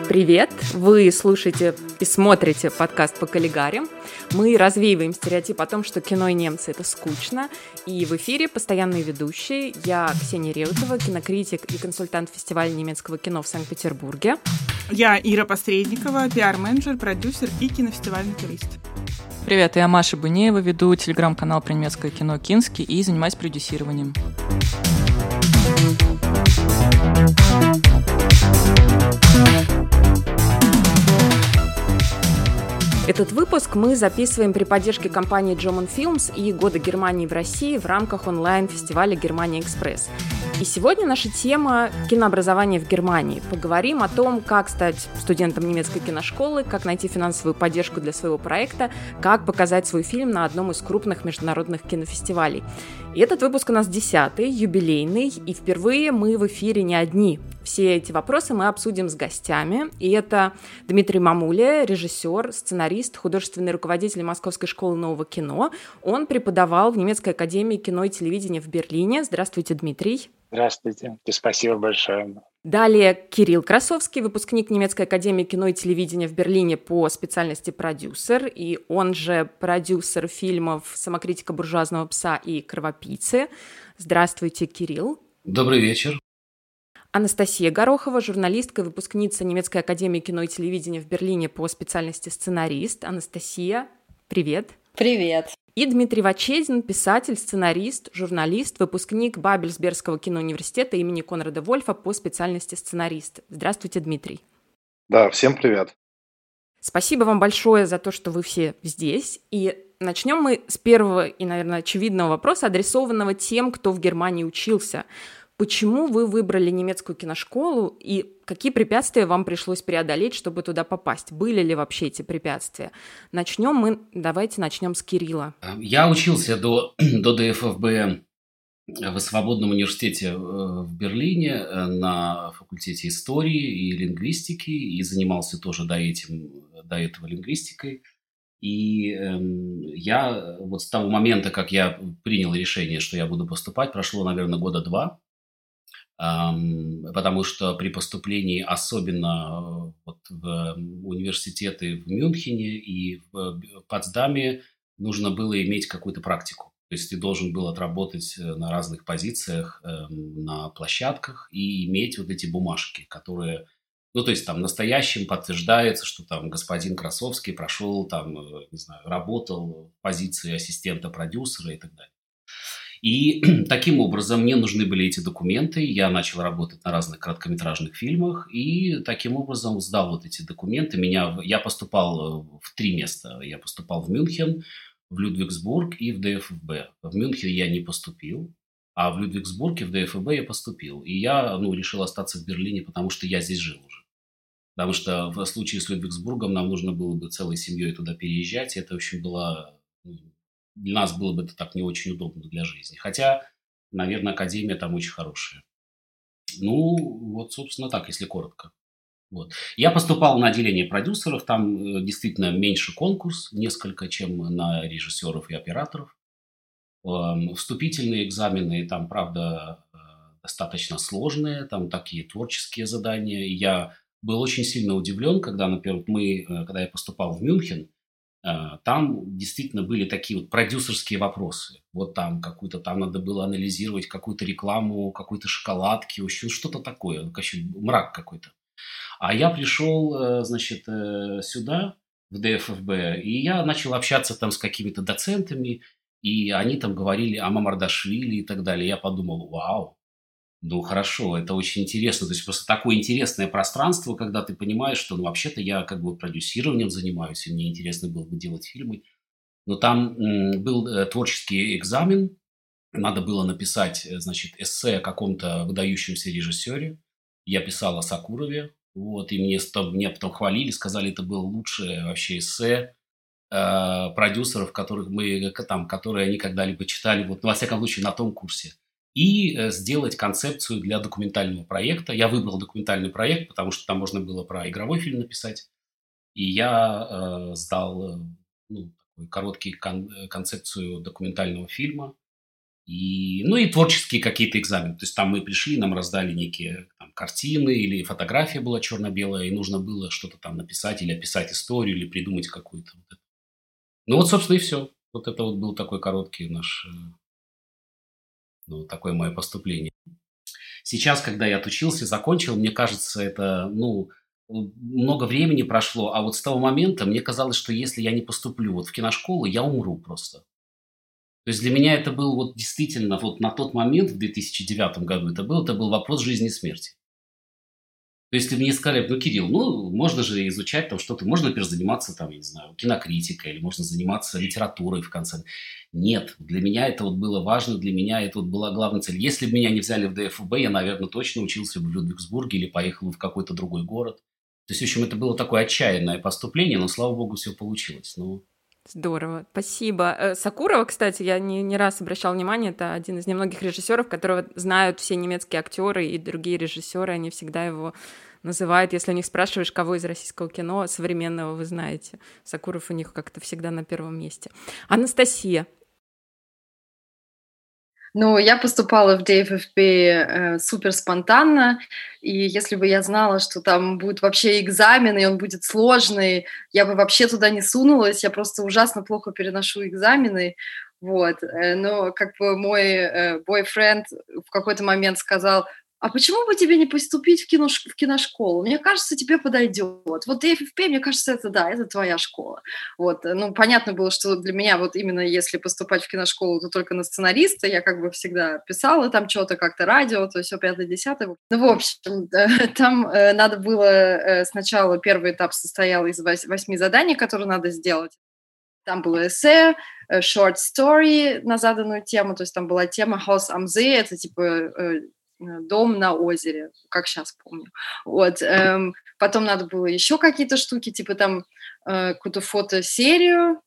Привет! Вы слушаете и смотрите подкаст «По Каллигаре». Мы развеиваем стереотип о том, что кино и немцы — это скучно. И в эфире постоянные ведущие. Я Ксения Реутова, кинокритик и консультант фестиваля немецкого кино в Санкт-Петербурге. Я Ира Посредникова, пиар-менеджер, продюсер и кинофестивальный турист. Привет, я Маша Бунеева, веду телеграм-канал про немецкое кино «Кински» и занимаюсь продюсированием. Этот выпуск мы записываем при поддержке компании German Films и Года Германии в России в рамках онлайн-фестиваля «Германия Экспресс». И сегодня наша тема – кинообразование в Германии. Поговорим о том, как стать студентом немецкой киношколы, как найти финансовую поддержку для своего проекта, как показать свой фильм на одном из крупных международных кинофестивалей. И этот выпуск у нас 10-й, юбилейный, и впервые мы в эфире не одни. Все эти вопросы мы обсудим с гостями. И это Дмитрий Мамуля, режиссер, сценарист, художественный руководитель Московской школы нового кино. Он преподавал в Немецкой академии кино и телевидения в Берлине. Здравствуйте, Дмитрий. Здравствуйте, и спасибо большое. Далее Кирилл Красовский, выпускник Немецкой академии кино и телевидения в Берлине по специальности продюсер, и он же продюсер фильмов «Самокритика буржуазного пса» и «Кровопийцы». Здравствуйте, Кирилл. Добрый вечер. Анастасия Горохова, журналистка и выпускница Немецкой академии кино и телевидения в Берлине по специальности сценарист. Анастасия, привет. Привет. И Дмитрий Вачедин, писатель, сценарист, журналист, выпускник Бабельсбергского киноуниверситета имени Конрада Вольфа по специальности сценарист. Здравствуйте, Дмитрий. Да, всем привет. Спасибо вам большое за то, что вы все здесь. И начнем мы с первого и, наверное, очевидного вопроса, адресованного тем, кто в Германии учился. Почему вы выбрали немецкую киношколу и какие препятствия вам пришлось преодолеть, чтобы туда попасть? Были ли вообще эти препятствия? Давайте начнем с Кирилла. Я учился до ДФФБ в Свободном университете в Берлине на факультете истории и лингвистики и занимался тоже до этого лингвистикой. И я вот с того момента, как я принял решение, что я буду поступать, прошло, наверное, года 2. Потому что при поступлении, особенно вот в университеты в Мюнхене и в Потсдаме, нужно было иметь какую-то практику. То есть ты должен был отработать на разных позициях, на площадках и иметь вот эти бумажки, которые, ну, то есть там настоящим подтверждается, что там господин Красовский прошел там, не знаю, работал в позиции ассистента продюсера и так далее. И таким образом мне нужны были эти документы. Я начал работать на разных короткометражных фильмах и таким образом сдал вот эти документы. Я поступал в 3 места. Я поступал в Мюнхен, в Людвигсбург и в ДФФБ. В Мюнхен я не поступил, а в Людвигсбурге, в ДФФБ я поступил. И я решил остаться в Берлине, потому что я здесь жил уже. Потому что в случае с Людвигсбургом нам нужно было бы целой семьей туда переезжать. И это, в общем, для нас было бы это так не очень удобно для жизни. Хотя, наверное, академия там очень хорошая. Ну, вот, собственно, так, если коротко. Вот. Я поступал на отделение продюсеров. Там действительно меньше конкурс, несколько, чем на режиссеров и операторов. Вступительные экзамены там, правда, достаточно сложные. Там такие творческие задания. И я был очень сильно удивлен, когда, например, когда я поступал в Мюнхен, там действительно были такие вот продюсерские вопросы. Вот там там надо было анализировать какую-то рекламу, какой-то шоколадки, в общем, что-то такое, мрак какой-то. А я пришел, значит, сюда, в ДФФБ, и я начал общаться там с какими-то доцентами, и они там говорили о Мамардашвили и так далее. Я подумал, вау. Ну, хорошо, это очень интересно. То есть просто такое интересное пространство, когда ты понимаешь, что, вообще-то я как бы продюсированием занимаюсь, и мне интересно было бы делать фильмы. Но там был творческий экзамен, надо было написать, значит, эссе о каком-то выдающемся режиссере. Я писал о Сакурове, вот, и меня потом хвалили, сказали, это было лучшее вообще эссе продюсеров, которые они когда-либо читали, вот, во всяком случае, на том курсе. И сделать концепцию для документального проекта. Я выбрал документальный проект, потому что там можно было про игровой фильм написать. И я сдал такую короткую концепцию документального фильма. И творческие какие-то экзамены. То есть там мы пришли, нам раздали некие картины или фотография была черно-белая, и нужно было что-то там написать или описать историю, или придумать какую-то. Ну вот, собственно, и все. Вот это вот был такой короткий такое мое поступление. Сейчас, когда я отучился, закончил, мне кажется, это, много времени прошло, а вот с того момента мне казалось, что если я не поступлю вот в киношколу, я умру просто. То есть для меня это был вот действительно, вот на тот момент, в 2009 году это был вопрос жизни и смерти. То есть, если мне сказали, Кирилл, можно же изучать там что-то, можно, например, заниматься там, я не знаю, кинокритикой, или можно заниматься литературой в конце. Нет, для меня это вот было важно, для меня это вот была главная цель. Если бы меня не взяли в ДФБ, я, наверное, точно учился бы в Людвигсбурге или поехал бы в какой-то другой город. То есть, в общем, это было такое отчаянное поступление, но, слава богу, все получилось. Здорово, спасибо. Сакурова, кстати, я не раз обращала внимание, это один из немногих режиссеров, которого знают все немецкие актеры и другие режиссеры, они всегда его называют, если у них спрашиваешь, кого из российского кино современного вы знаете. Сакуров у них как-то всегда на первом месте. Анастасия. Я поступала в ДФФБ супер спонтанно, и если бы я знала, что там будет вообще экзамен, и он будет сложный, я бы вообще туда не сунулась, я просто ужасно плохо переношу экзамены, но как бы мой бойфренд в какой-то момент сказал: а почему бы тебе не поступить в киношколу? Мне кажется, тебе подойдет. Вот ДФФП, мне кажется, это твоя школа. Понятно было, что для меня вот именно если поступать в киношколу, то только на сценариста. Я как бы всегда писала там что-то, как-то радио, то все 5-10. В общем, там надо было сначала, первый этап состоял из 8 заданий, которые надо сделать. Там было эссе, short story на заданную тему, то есть там была тема Haus am See, это типа дом на озере, как сейчас помню. Потом надо было еще какие-то штуки, типа там какую-то фотосерию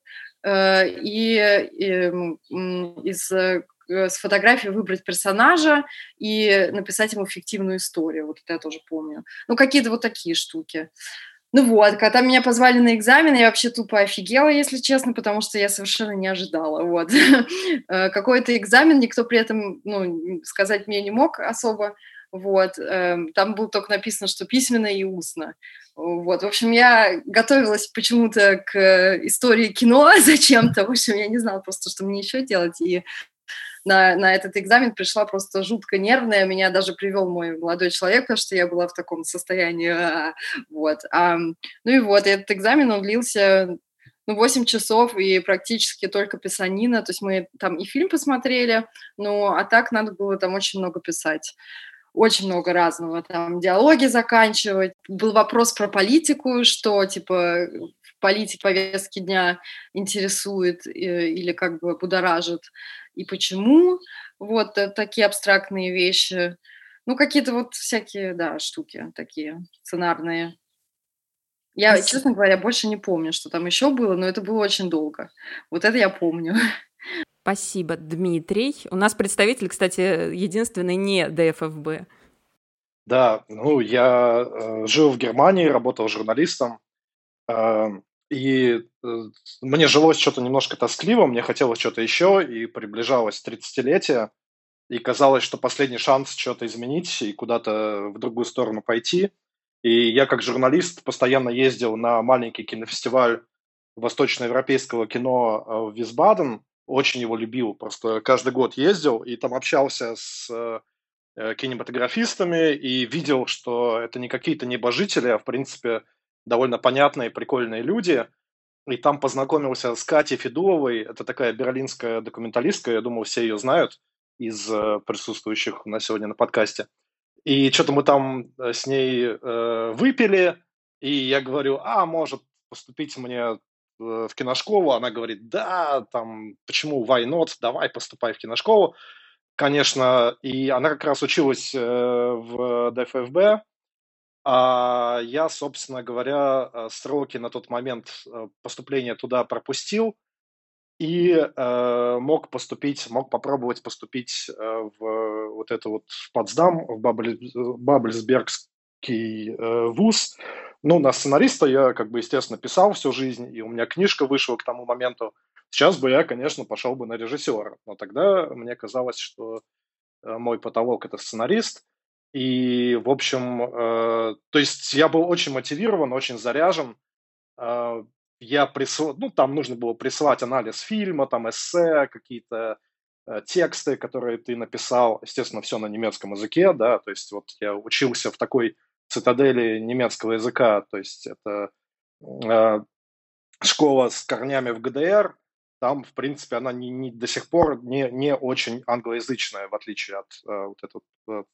с фотографией выбрать персонажа и написать ему фиктивную историю. Вот это я тоже помню. Какие-то вот такие штуки. Когда меня позвали на экзамен, я вообще тупо офигела, если честно, потому что я совершенно не ожидала, Какой-то экзамен никто при этом, сказать мне не мог особо, Там было только написано, что письменно и устно, В общем, я готовилась почему-то к истории кино зачем-то, в общем, я не знала просто, что мне еще делать, и на этот экзамен пришла просто жутко нервная, меня даже привел мой молодой человек, потому что я была в таком состоянии, этот экзамен, он длился 8 часов и практически только писанина, то есть мы там и фильм посмотрели, а так надо было там очень много писать. Очень много разного, там диалоги заканчивать. Был вопрос про политику, что, типа, политика повестки дня интересует или как бы будоражит, и почему. Такие абстрактные вещи. Какие-то всякие, штуки такие сценарные. Я, честно говоря, больше не помню, что там еще было, но это было очень долго. Вот это я помню. Спасибо, Дмитрий. У нас представитель, кстати, единственный не ДФФБ. Да, я жил в Германии, работал журналистом, и мне жилось что-то немножко тоскливо, мне хотелось что-то еще, и приближалось 30-летие, и казалось, что последний шанс что-то изменить и куда-то в другую сторону пойти. И я как журналист постоянно ездил на маленький кинофестиваль восточноевропейского кино в Висбаден, очень его любил, просто каждый год ездил и там общался с кинематографистами и видел, что это не какие-то небожители, а в принципе довольно понятные, прикольные люди. И там познакомился с Катей Федуловой, это такая берлинская документалистка, я думаю, все ее знают из присутствующих на сегодня на подкасте. И что-то мы там с ней выпили, и я говорю, может поступить мне в киношколу? Она говорит, да, там, почему, why not, давай поступай в киношколу. Конечно, и она как раз училась в ДФФБ, а я, собственно говоря, сроки на тот момент поступления туда пропустил и мог попробовать поступить в в Потсдам, в Бабельсбергский вуз. На сценариста я, естественно, писал всю жизнь, и у меня книжка вышла к тому моменту. Сейчас бы я, конечно, пошел бы на режиссера, но тогда мне казалось, что мой потолок – это сценарист. И, в общем, то есть я был очень мотивирован, очень заряжен. Э, там нужно было присылать анализ фильма, там эссе, какие-то тексты, которые ты написал. Естественно, все на немецком языке, да, то есть вот я учился в такой цитадели немецкого языка, то есть это э, школа с корнями в ГДР, там, в принципе, она до сих пор не очень англоязычная, в отличие от вот этой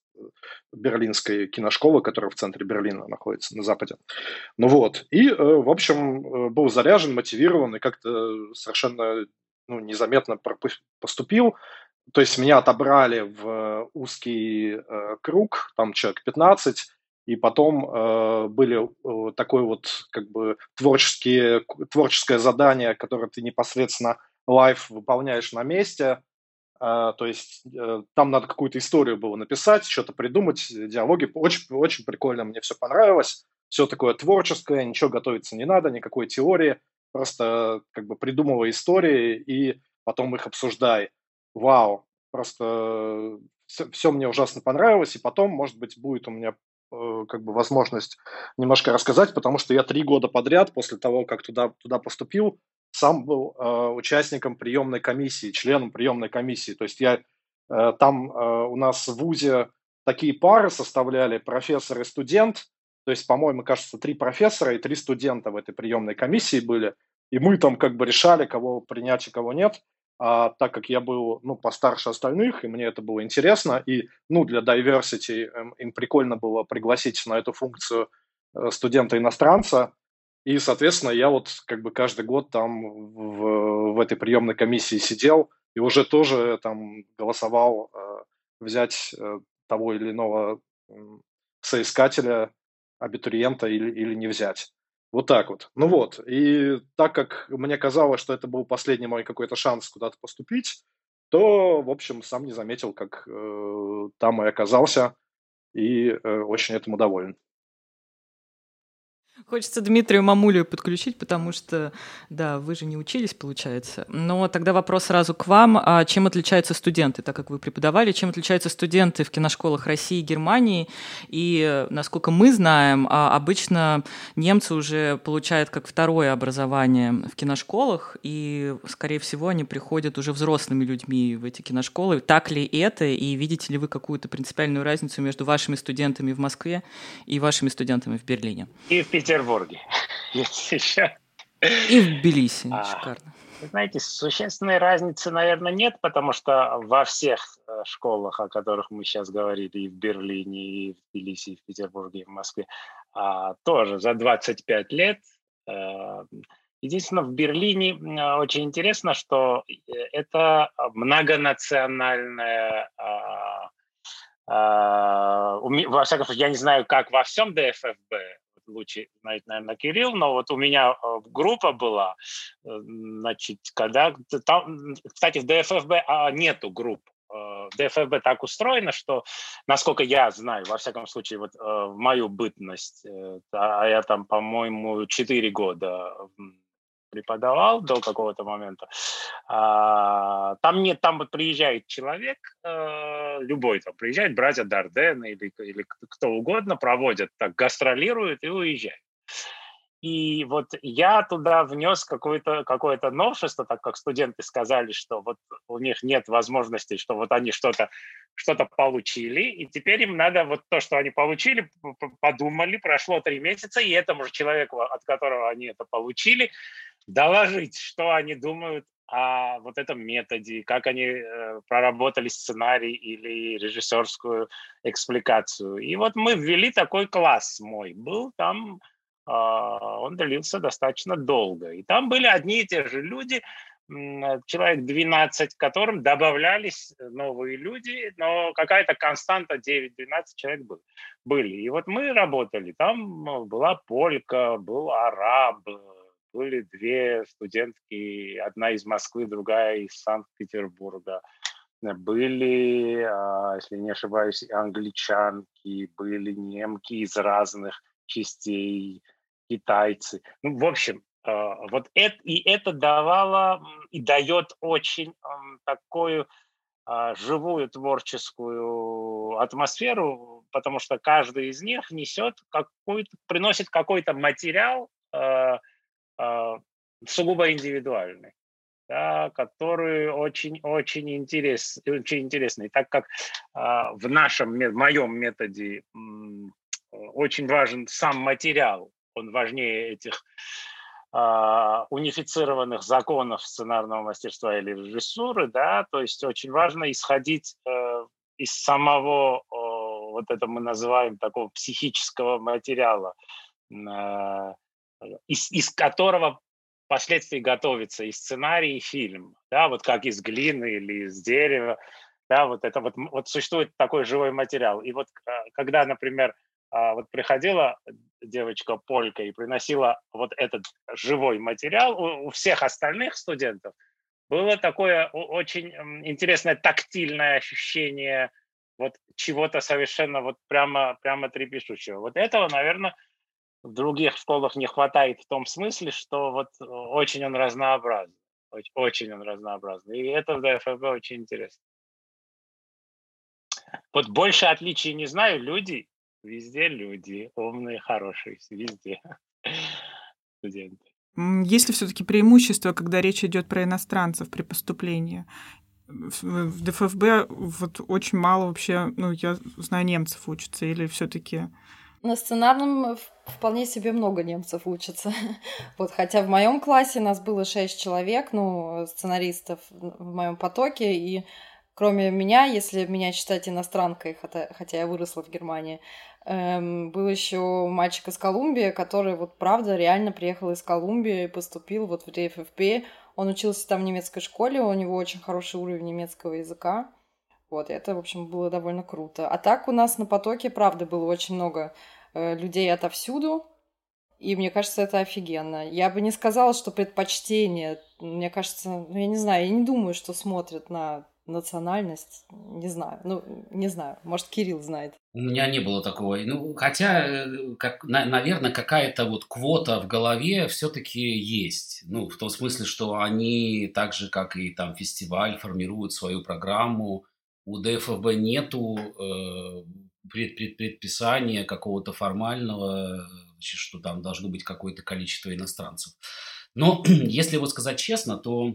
берлинской киношколы, которая в центре Берлина находится, на западе. Ну вот, и, в общем, был заряжен, мотивирован и как-то совершенно незаметно поступил. То есть меня отобрали в узкий круг, там человек 15, и потом были такое вот как бы творческое задание, которое ты непосредственно лайв выполняешь на месте. То есть там надо какую-то историю было написать, что-то придумать, диалоги. Очень, очень прикольно, мне все понравилось. Все такое творческое, ничего готовиться не надо, никакой теории. Просто как бы придумывай истории и потом их обсуждай. Вау, просто все мне ужасно понравилось, и потом, может быть, будет у меня как бы возможность немножко рассказать, потому что я 3 года подряд после того, как туда поступил, сам был участником приемной комиссии, членом приемной комиссии. То есть там у нас в ВУЗе такие пары составляли профессор и студент. То есть, по-моему, кажется, 3 профессора и 3 студента в этой приемной комиссии были. И мы там как бы решали, кого принять и кого нет. А так как я был, постарше остальных, и мне это было интересно, и, для diversity им прикольно было пригласить на эту функцию студента-иностранца, и, соответственно, я вот как бы каждый год там в этой приемной комиссии сидел и уже тоже там голосовал взять того или иного соискателя, абитуриента или не взять. Вот так вот. Ну вот, и так как мне казалось, что это был последний мой какой-то шанс куда-то поступить, то, в общем, сам не заметил, как там и оказался, и очень этому доволен. Хочется Дмитрию Мамулию подключить, потому что, да, вы же не учились, получается. Но тогда вопрос сразу к вам. А чем отличаются студенты, так как вы преподавали, чем отличаются студенты в киношколах России и Германии? И, насколько мы знаем, обычно немцы уже получают как второе образование в киношколах, и, скорее всего, они приходят уже взрослыми людьми в эти киношколы. Так ли это? И видите ли вы какую-то принципиальную разницу между вашими студентами в Москве и вашими студентами в Берлине? И в Петербурге. И в Тбилиси. Шикарно. Вы знаете, существенной разницы, наверное, нет, потому что во всех школах, о которых мы сейчас говорили, и в Берлине, и в Тбилиси, и в Петербурге, и в Москве, тоже за 25 лет. Единственное, в Берлине очень интересно, что это многонациональная, во всяком случае, я не знаю, как во всем ДФФБ, лучше знает, наверное, Кирилл, но вот у меня группа была, значит, когда там, кстати, в ДФФБ нету групп. В ДФФБ так устроено, что, насколько я знаю, во всяком случае, вот в мою бытность, я там, по-моему, 4 года преподавал до какого-то момента. Там нет, там вот приезжает человек, любой там приезжает, братья Дарден или кто угодно, проводят так, гастролируют и уезжают. И вот я туда внес какое-то новшество, так как студенты сказали, что вот у них нет возможности, что вот они что-то получили, и теперь им надо вот то, что они получили, подумали, прошло 3 месяца, и этому же человеку, от которого они это получили, доложить, что они думают о вот этом методе, как они проработали сценарий или режиссерскую экспликацию. И вот мы ввели такой класс мой. Был там, он длился достаточно долго. И там были одни и те же люди, человек 12, к которым добавлялись новые люди, но какая-то константа 9-12 человек были. И вот мы работали. Там была полька, был араб, были 2 студентки, одна из Москвы, другая из Санкт-Петербурга. Были, если не ошибаюсь, англичанки, были немки из разных частей, китайцы. Ну, в общем, вот это давало и дает очень такую живую творческую атмосферу, потому что каждый из них приносит какой-то материал сугубо индивидуальный, да, который очень интересный, так как в моем методе очень важен сам материал, он важнее этих унифицированных законов сценарного мастерства или режиссуры, да, то есть очень важно исходить из самого, вот это мы называем такого психического материала, из которого впоследствии готовится и сценарий, и фильм, да, вот как из глины или из дерева, да, вот существует такой живой материал. И вот когда, например, вот приходила девочка Полька и приносила вот этот живой материал, у всех остальных студентов было такое очень интересное тактильное ощущение вот чего-то совершенно вот прямо трепещущего. Вот этого, наверное, в других школах не хватает в том смысле, что вот очень он разнообразный. Очень он разнообразный. И это в ДФБ очень интересно. Вот больше отличий не знаю. Люди, везде люди. Умные, хорошие, везде студенты. Есть ли все-таки преимущество, когда речь идет про иностранцев при поступлении? В ДФБ вот очень мало вообще, я знаю, немцев учатся, или все-таки... На сценарном вполне себе много немцев учатся. Вот, хотя в моем классе нас было 6 человек, сценаристов в моем потоке, и кроме меня, если меня считать иностранкой, хотя я выросла в Германии, был еще мальчик из Колумбии, который вот правда реально приехал из Колумбии и поступил вот в ДФФБ. Он учился там в немецкой школе, у него очень хороший уровень немецкого языка. Вот, это, в общем, было довольно круто. А так у нас на потоке, правда, было очень много людей отовсюду, и мне кажется, это офигенно. Я бы не сказала, что предпочтение. Мне кажется, я не знаю, я не думаю, что смотрят на национальность. Не знаю. Не знаю. Может, Кирилл знает. У меня не было такого. Хотя, наверное, какая-то вот квота в голове все-таки есть. В том смысле, что они, так же, как и там фестиваль, формируют свою программу. У ДФБ нету предписания какого-то формального, что там должно быть какое-то количество иностранцев. Но если вот сказать честно, то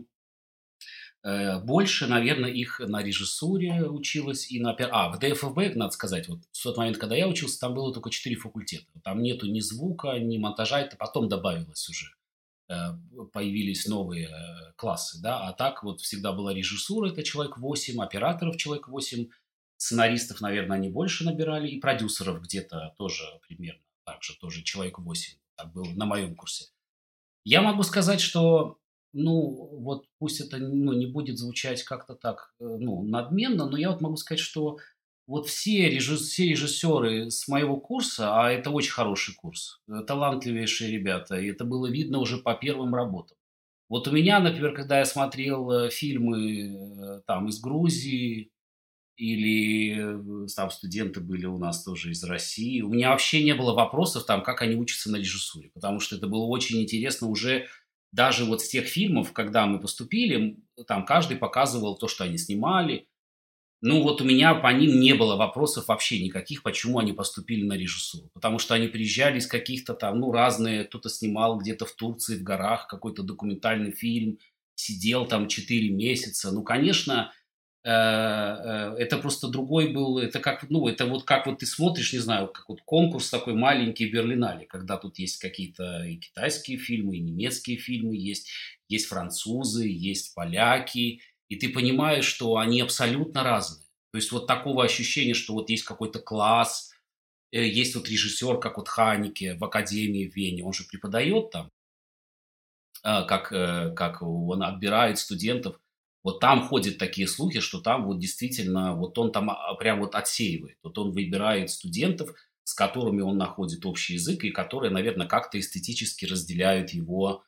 больше, наверное, их на режиссуре училось и на... в ДФБ, надо сказать, вот в тот момент, когда я учился, там было только 4 факультета. Там нету ни звука, ни монтажа, это потом добавилось уже. Появились новые классы, да, а так вот всегда была режиссура, это человек 8, операторов человек 8, сценаристов, наверное, они больше набирали, и продюсеров где-то тоже примерно так же, тоже человек 8, так было на моем курсе. Я могу сказать, что, вот пусть это, не будет звучать как-то так, надменно, но я вот могу сказать, что вот все режиссеры с моего курса, а это очень хороший курс, талантливейшие ребята, и это было видно уже по первым работам. Вот у меня, например, когда я смотрел фильмы там из Грузии, или там студенты были у нас тоже из России, у меня вообще не было вопросов там, как они учатся на режиссуре, потому что это было очень интересно уже даже вот с тех фильмов, когда мы поступили, там каждый показывал то, что они снимали. Вот у меня по ним не было вопросов вообще никаких, почему они поступили на режиссуру. Потому что они приезжали из каких-то там, разные, кто-то снимал где-то в Турции, в горах какой-то документальный фильм, сидел там 4 месяца. Конечно, это просто другой был, это как, это вот как вот ты смотришь, не знаю, как вот конкурс такой маленький в Берлинале, когда тут есть какие-то и китайские фильмы, и немецкие фильмы, есть французы, есть поляки, и ты понимаешь, что они абсолютно разные. То есть вот такого ощущения, что вот есть какой-то класс, есть вот режиссер, как вот Ханике в Академии в Вене, он же преподает там, как он отбирает студентов. Вот там ходят такие слухи, что там вот действительно, вот он там прям вот отсеивает. Вот он выбирает студентов, с которыми он находит общий язык, и которые, наверное, как-то эстетически разделяют его,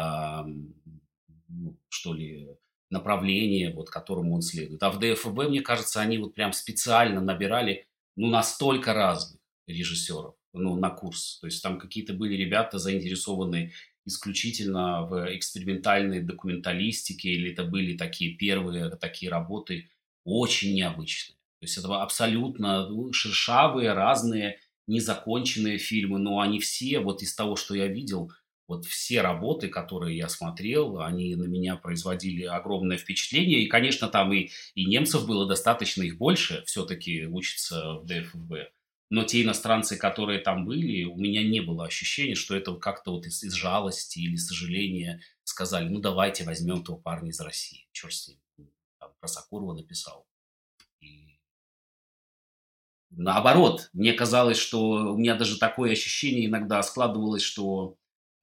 что ли, направление, вот, которому он следует. А в ДФБ, мне кажется, они вот прям специально набирали, настолько разных режиссеров, на курс. То есть там какие-то были ребята заинтересованные исключительно в экспериментальной документалистике, или это были такие первые такие работы очень необычные. То есть это абсолютно шершавые, разные, незаконченные фильмы, но они все, вот из того, что я видел, вот все работы, которые я смотрел, они на меня производили огромное впечатление. И, конечно, там и немцев было достаточно, их больше все-таки учатся в ДФБ. Но те иностранцы, которые там были, у меня не было ощущения, что это как-то вот из жалости или сожаления сказали, ну давайте возьмем того парня из России. Черт с ним. Там про Сокурова написал. И наоборот, мне казалось, что у меня даже такое ощущение иногда складывалось, что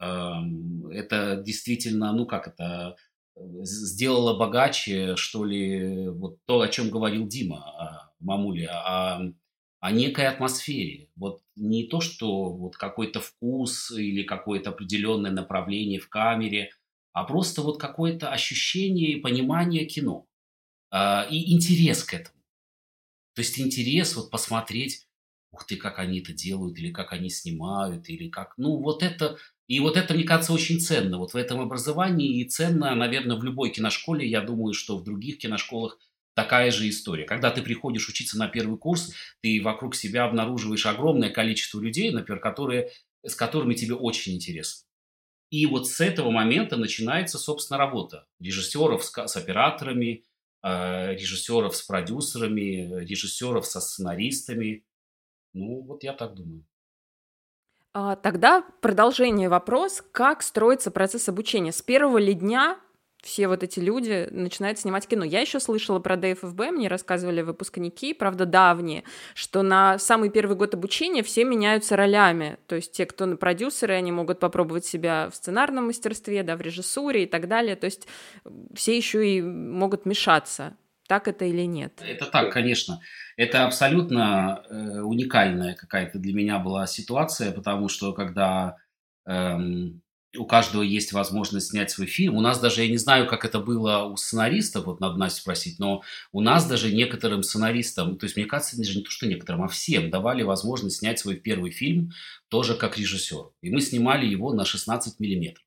это действительно, ну как это, сделало богаче, что ли, вот то, о чем говорил Дима Мамуля, о некой атмосфере. Вот не то, что вот какой-то вкус или какое-то определенное направление в камере, а просто вот какое-то ощущение и понимание кино. И интерес к этому. То есть интерес вот посмотреть, ух ты, как они это делают, или как они снимают, или как... Ну, вот это... И вот это, мне кажется, очень ценно. Вот в этом образовании и ценно, наверное, в любой киношколе. Я думаю, что в других киношколах такая же история. Когда ты приходишь учиться на первый курс, ты вокруг себя обнаруживаешь огромное количество людей, например, с которыми тебе очень интересно. И вот с этого момента начинается, собственно, работа режиссеров с операторами, режиссеров с продюсерами, режиссеров со сценаристами. Ну, вот я так думаю. Тогда продолжение вопрос, как строится процесс обучения? С первого ли дня все вот эти люди начинают снимать кино? Я еще слышала про ДФФБ, мне рассказывали выпускники, правда, давние, что на самый первый год обучения все меняются ролями. То есть те, кто на продюсеры, они могут попробовать себя в сценарном мастерстве, да, в режиссуре и так далее. То есть все еще и могут мешаться. Так это или нет? Это так, конечно. Это абсолютно уникальная какая-то для меня была ситуация, потому что когда у каждого есть возможность снять свой фильм, у нас даже, я не знаю, как это было у сценаристов, вот надо Настю спросить, но у нас даже некоторым сценаристам, то есть мне кажется, даже не то, что некоторым, а всем давали возможность снять свой первый фильм тоже как режиссер. И мы снимали его на 16 миллиметров.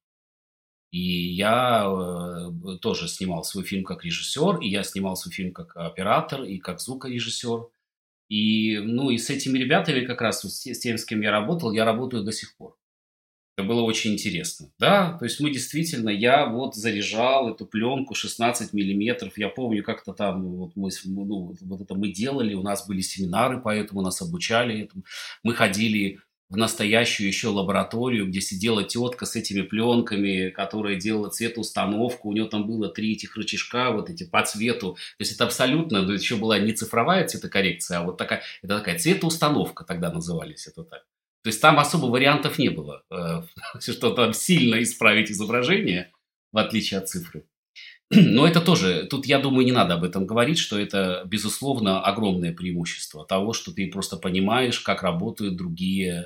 И я тоже снимал свой фильм как режиссер, и я снимал свой фильм как оператор и как звукорежиссер. И, ну, и с этими ребятами как раз, с тем, с кем я работаю до сих пор. Это было очень интересно. Да, то есть мы действительно, я вот заряжал эту пленку 16 миллиметров. Я помню, как-то там вот вот это мы делали, у нас были семинары, поэтому нас обучали этому. Мы ходили в настоящую еще лабораторию, где сидела тетка с этими пленками, которая делала цветоустановку. У нее там было 3 этих рычажка, вот эти по цвету. То есть это абсолютно, ну, еще была не цифровая цветокоррекция, а вот такая цветоустановка тогда назывались, это так. То есть там особо вариантов не было, что там сильно исправить изображение, в отличие от цифры. Но это тоже, тут, я думаю, не надо об этом говорить, что это, безусловно, огромное преимущество того, что ты просто понимаешь, как работают другие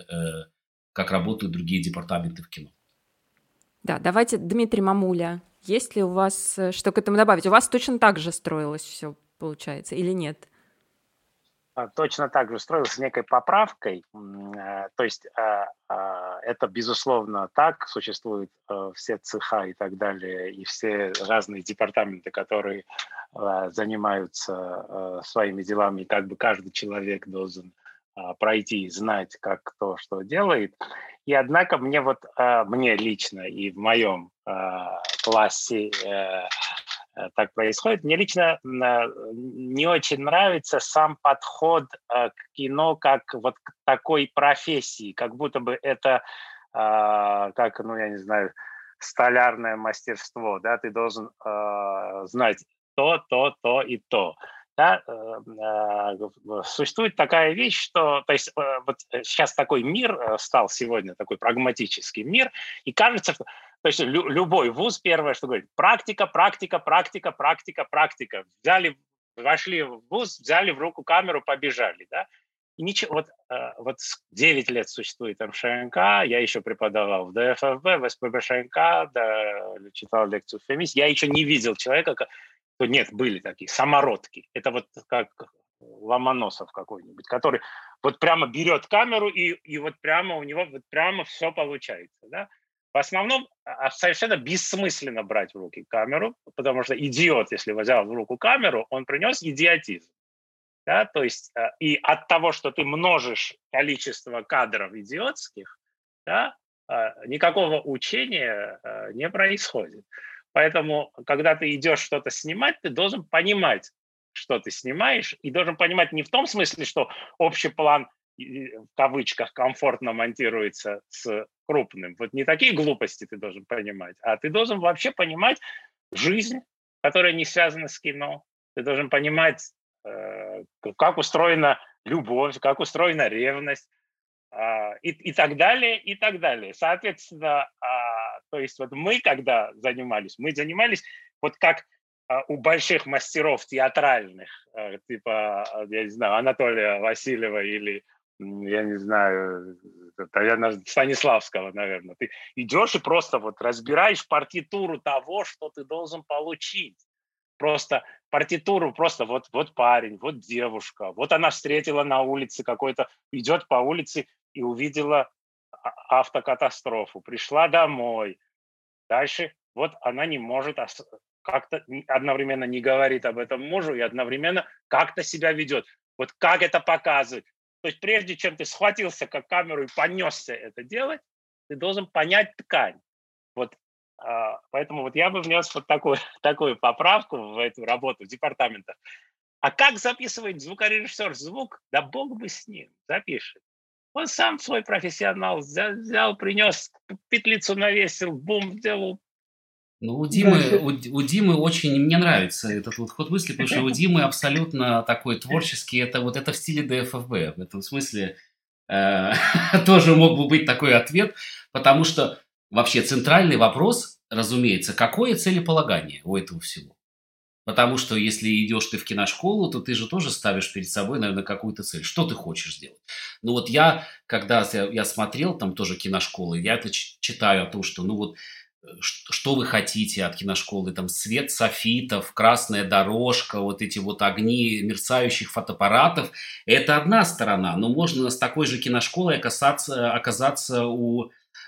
департаменты в кино. Да, давайте, Дмитрий Мамуля, есть ли у вас что к этому добавить? У вас точно так же строилось все, получается, или нет? Точно так же строилось с некой поправкой. То есть это, безусловно, так. Существуют все цеха и так далее, и все разные департаменты, которые занимаются своими делами, и как бы каждый человек должен пройти и знать, как кто что делает. И однако мне лично и в моем классе так происходит. Мне лично не очень нравится сам подход к кино как вот к такой профессии, как будто бы это, как, ну, я не знаю, столярное мастерство, да, ты должен знать то и то. Да, существует такая вещь, что, то есть, вот сейчас такой мир стал сегодня, такой прагматический мир, и кажется, то есть любой вуз первое, что говорит, практика. Вошли в вуз, взяли в руку камеру, побежали, да. И ничего, вот 9 лет существует МШНК, я еще преподавал в ДФФБ, в СПБ-ШНК, да, читал лекцию в ФЕМИС, я еще не видел человека, нет, были такие самородки. Это вот как Ломоносов какой-нибудь, который вот прямо берет камеру, и вот прямо у него вот прямо все получается, да. В основном совершенно бессмысленно брать в руки камеру, потому что идиот, если взял в руку камеру, он принес идиотизм. Да? То есть и от того, что ты множишь количество кадров идиотских, да, никакого учения не происходит. Поэтому, когда ты идешь что-то снимать, ты должен понимать, что ты снимаешь, и должен понимать не в том смысле, что общий план в кавычках комфортно монтируется с крупным. Вот не такие глупости ты должен понимать, а ты должен вообще понимать жизнь, которая не связана с кино. Ты должен понимать, как устроена любовь, как устроена ревность, и так далее, и так далее. Соответственно, то есть вот мы, когда занимались вот как у больших мастеров театральных, типа, я не знаю, Анатолия Васильева или, я не знаю, Станиславского, наверное. Ты идешь и просто вот разбираешь партитуру того, что ты должен получить. Просто партитуру, просто вот парень, вот девушка, вот она встретила на улице какой-то, идет по улице и увидела автокатастрофу, пришла домой. Дальше вот она не может как-то одновременно не говорит об этом мужу и одновременно как-то себя ведет. Вот как это показывать? То есть прежде чем ты схватился как камеру и понесся это делать, ты должен понять ткань. Вот поэтому вот я бы внес вот такую поправку в эту работу департамента. А как записывает звукорежиссер звук? Да бог бы с ним, запишет. Он сам свой профессионал, взял, принес, петлицу навесил, бум, сделал. Ну, у Димы очень мне нравится этот вот ход мысли, потому что у Димы абсолютно такой творческий, это в стиле ДФФБ. В этом смысле тоже мог бы быть такой ответ, потому что вообще центральный вопрос, разумеется, какое целеполагание у этого всего? Потому что если идешь ты в киношколу, то ты же тоже ставишь перед собой, наверное, какую-то цель. Что ты хочешь сделать? Ну вот когда я смотрел там тоже киношколы, я это читаю о том, что ну вот что вы хотите от киношколы, там свет софитов, красная дорожка, вот эти вот огни мерцающих фотоаппаратов, это одна сторона, но можно с такой же киношколой оказаться у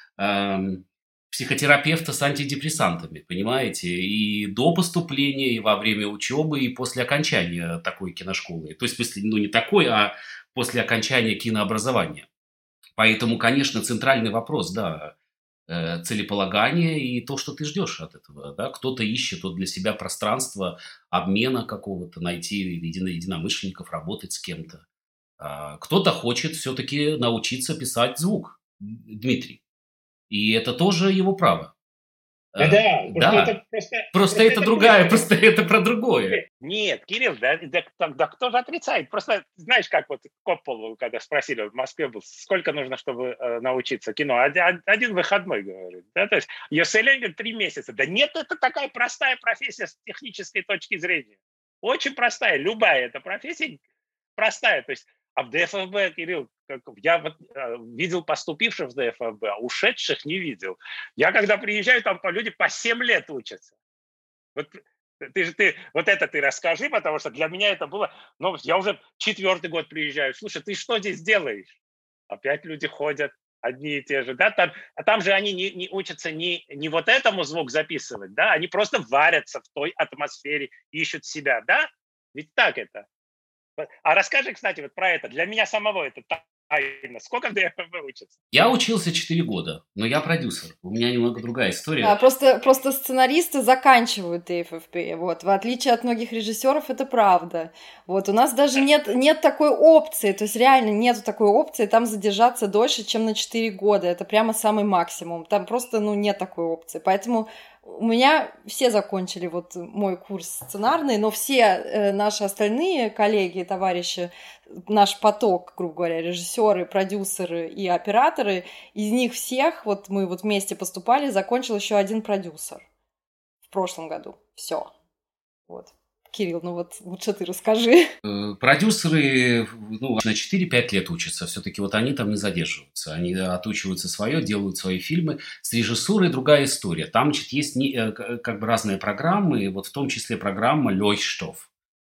психотерапевта с антидепрессантами, понимаете, и до поступления, и во время учебы, и после окончания такой киношколы, то есть в смысле, ну не такой, а после окончания кинообразования. Поэтому, конечно, центральный вопрос, да, целеполагание и то, что ты ждешь от этого. Да? Кто-то ищет вот для себя пространство обмена какого-то, найти единомышленников, работать с кем-то. Кто-то хочет все-таки научиться писать звук, Дмитрий. И это тоже его право. Да. Просто это другая, просто это про другое. Нет, Кирилл, да кто же отрицает? Просто знаешь, как вот Копполу, когда спросили, в Москве был, сколько нужно, чтобы научиться кино? Один выходной, говорит. Да? То есть Йоселен говорит, 3 месяца. Да нет, это такая простая профессия с технической точки зрения. Очень простая. Любая эта профессия простая. То есть, а в ДФФБ, Кирилл, я вот видел поступивших в ДФФБ, а ушедших не видел. Я когда приезжаю, там люди по 7 лет учатся. Вот ты расскажи, потому что для меня это было... Ну, я уже 4-й год приезжаю. Слушай, ты что здесь делаешь? Опять люди ходят, одни и те же. Да? Там же они не учатся не вот этому звук записывать, да? Они просто варятся в той атмосфере, ищут себя, да? Ведь так это. А расскажи, кстати, вот про это. Для меня самого это тайна. Сколько в ДФФБ учатся? Я учился 4 года, но я продюсер. У меня немного другая история. Да, просто сценаристы заканчивают ДФФБ. Вот. В отличие от многих режиссеров, это правда. Вот. У нас даже нет такой опции. То есть реально нету такой опции там задержаться дольше, чем на 4 года. Это прямо самый максимум. Там просто нет такой опции. Поэтому у меня все закончили вот мой курс сценарный, но все наши остальные коллеги, товарищи, наш поток, грубо говоря, режиссеры, продюсеры и операторы, из них всех, вот мы вот вместе поступали, закончил еще один продюсер в прошлом году. Все. Вот. Кирилл, ну вот лучше ты расскажи. Продюсеры на 4-5 лет учатся. Все-таки вот они там не задерживаются. Они отучиваются свое, делают свои фильмы. С режиссурой другая история. Там есть как бы разные программы, вот в том числе программа «Лёйштов».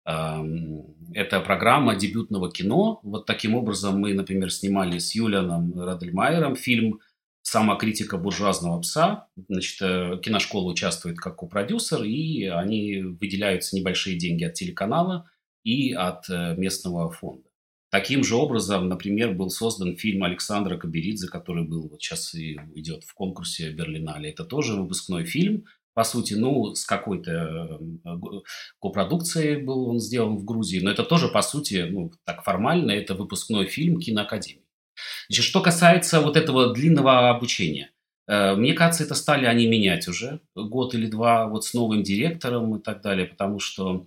Это программа дебютного кино. Вот таким образом мы, например, снимали с Юлианом Радельмайером фильм «Самокритика буржуазного пса». Значит, киношкола участвует как копродюсер, и они выделяются небольшие деньги от телеканала и от местного фонда. Таким же образом, например, был создан фильм Александра Каберидзе, который был вот сейчас и идет в конкурсе Берлинале. Это тоже выпускной фильм, по сути, ну, с какой-то копродукцией был он сделан в Грузии, но это тоже, по сути, ну, так формально, это выпускной фильм киноакадемии. Значит, что касается вот этого длинного обучения, мне кажется, это стали они менять уже год или два вот с новым директором и так далее, потому что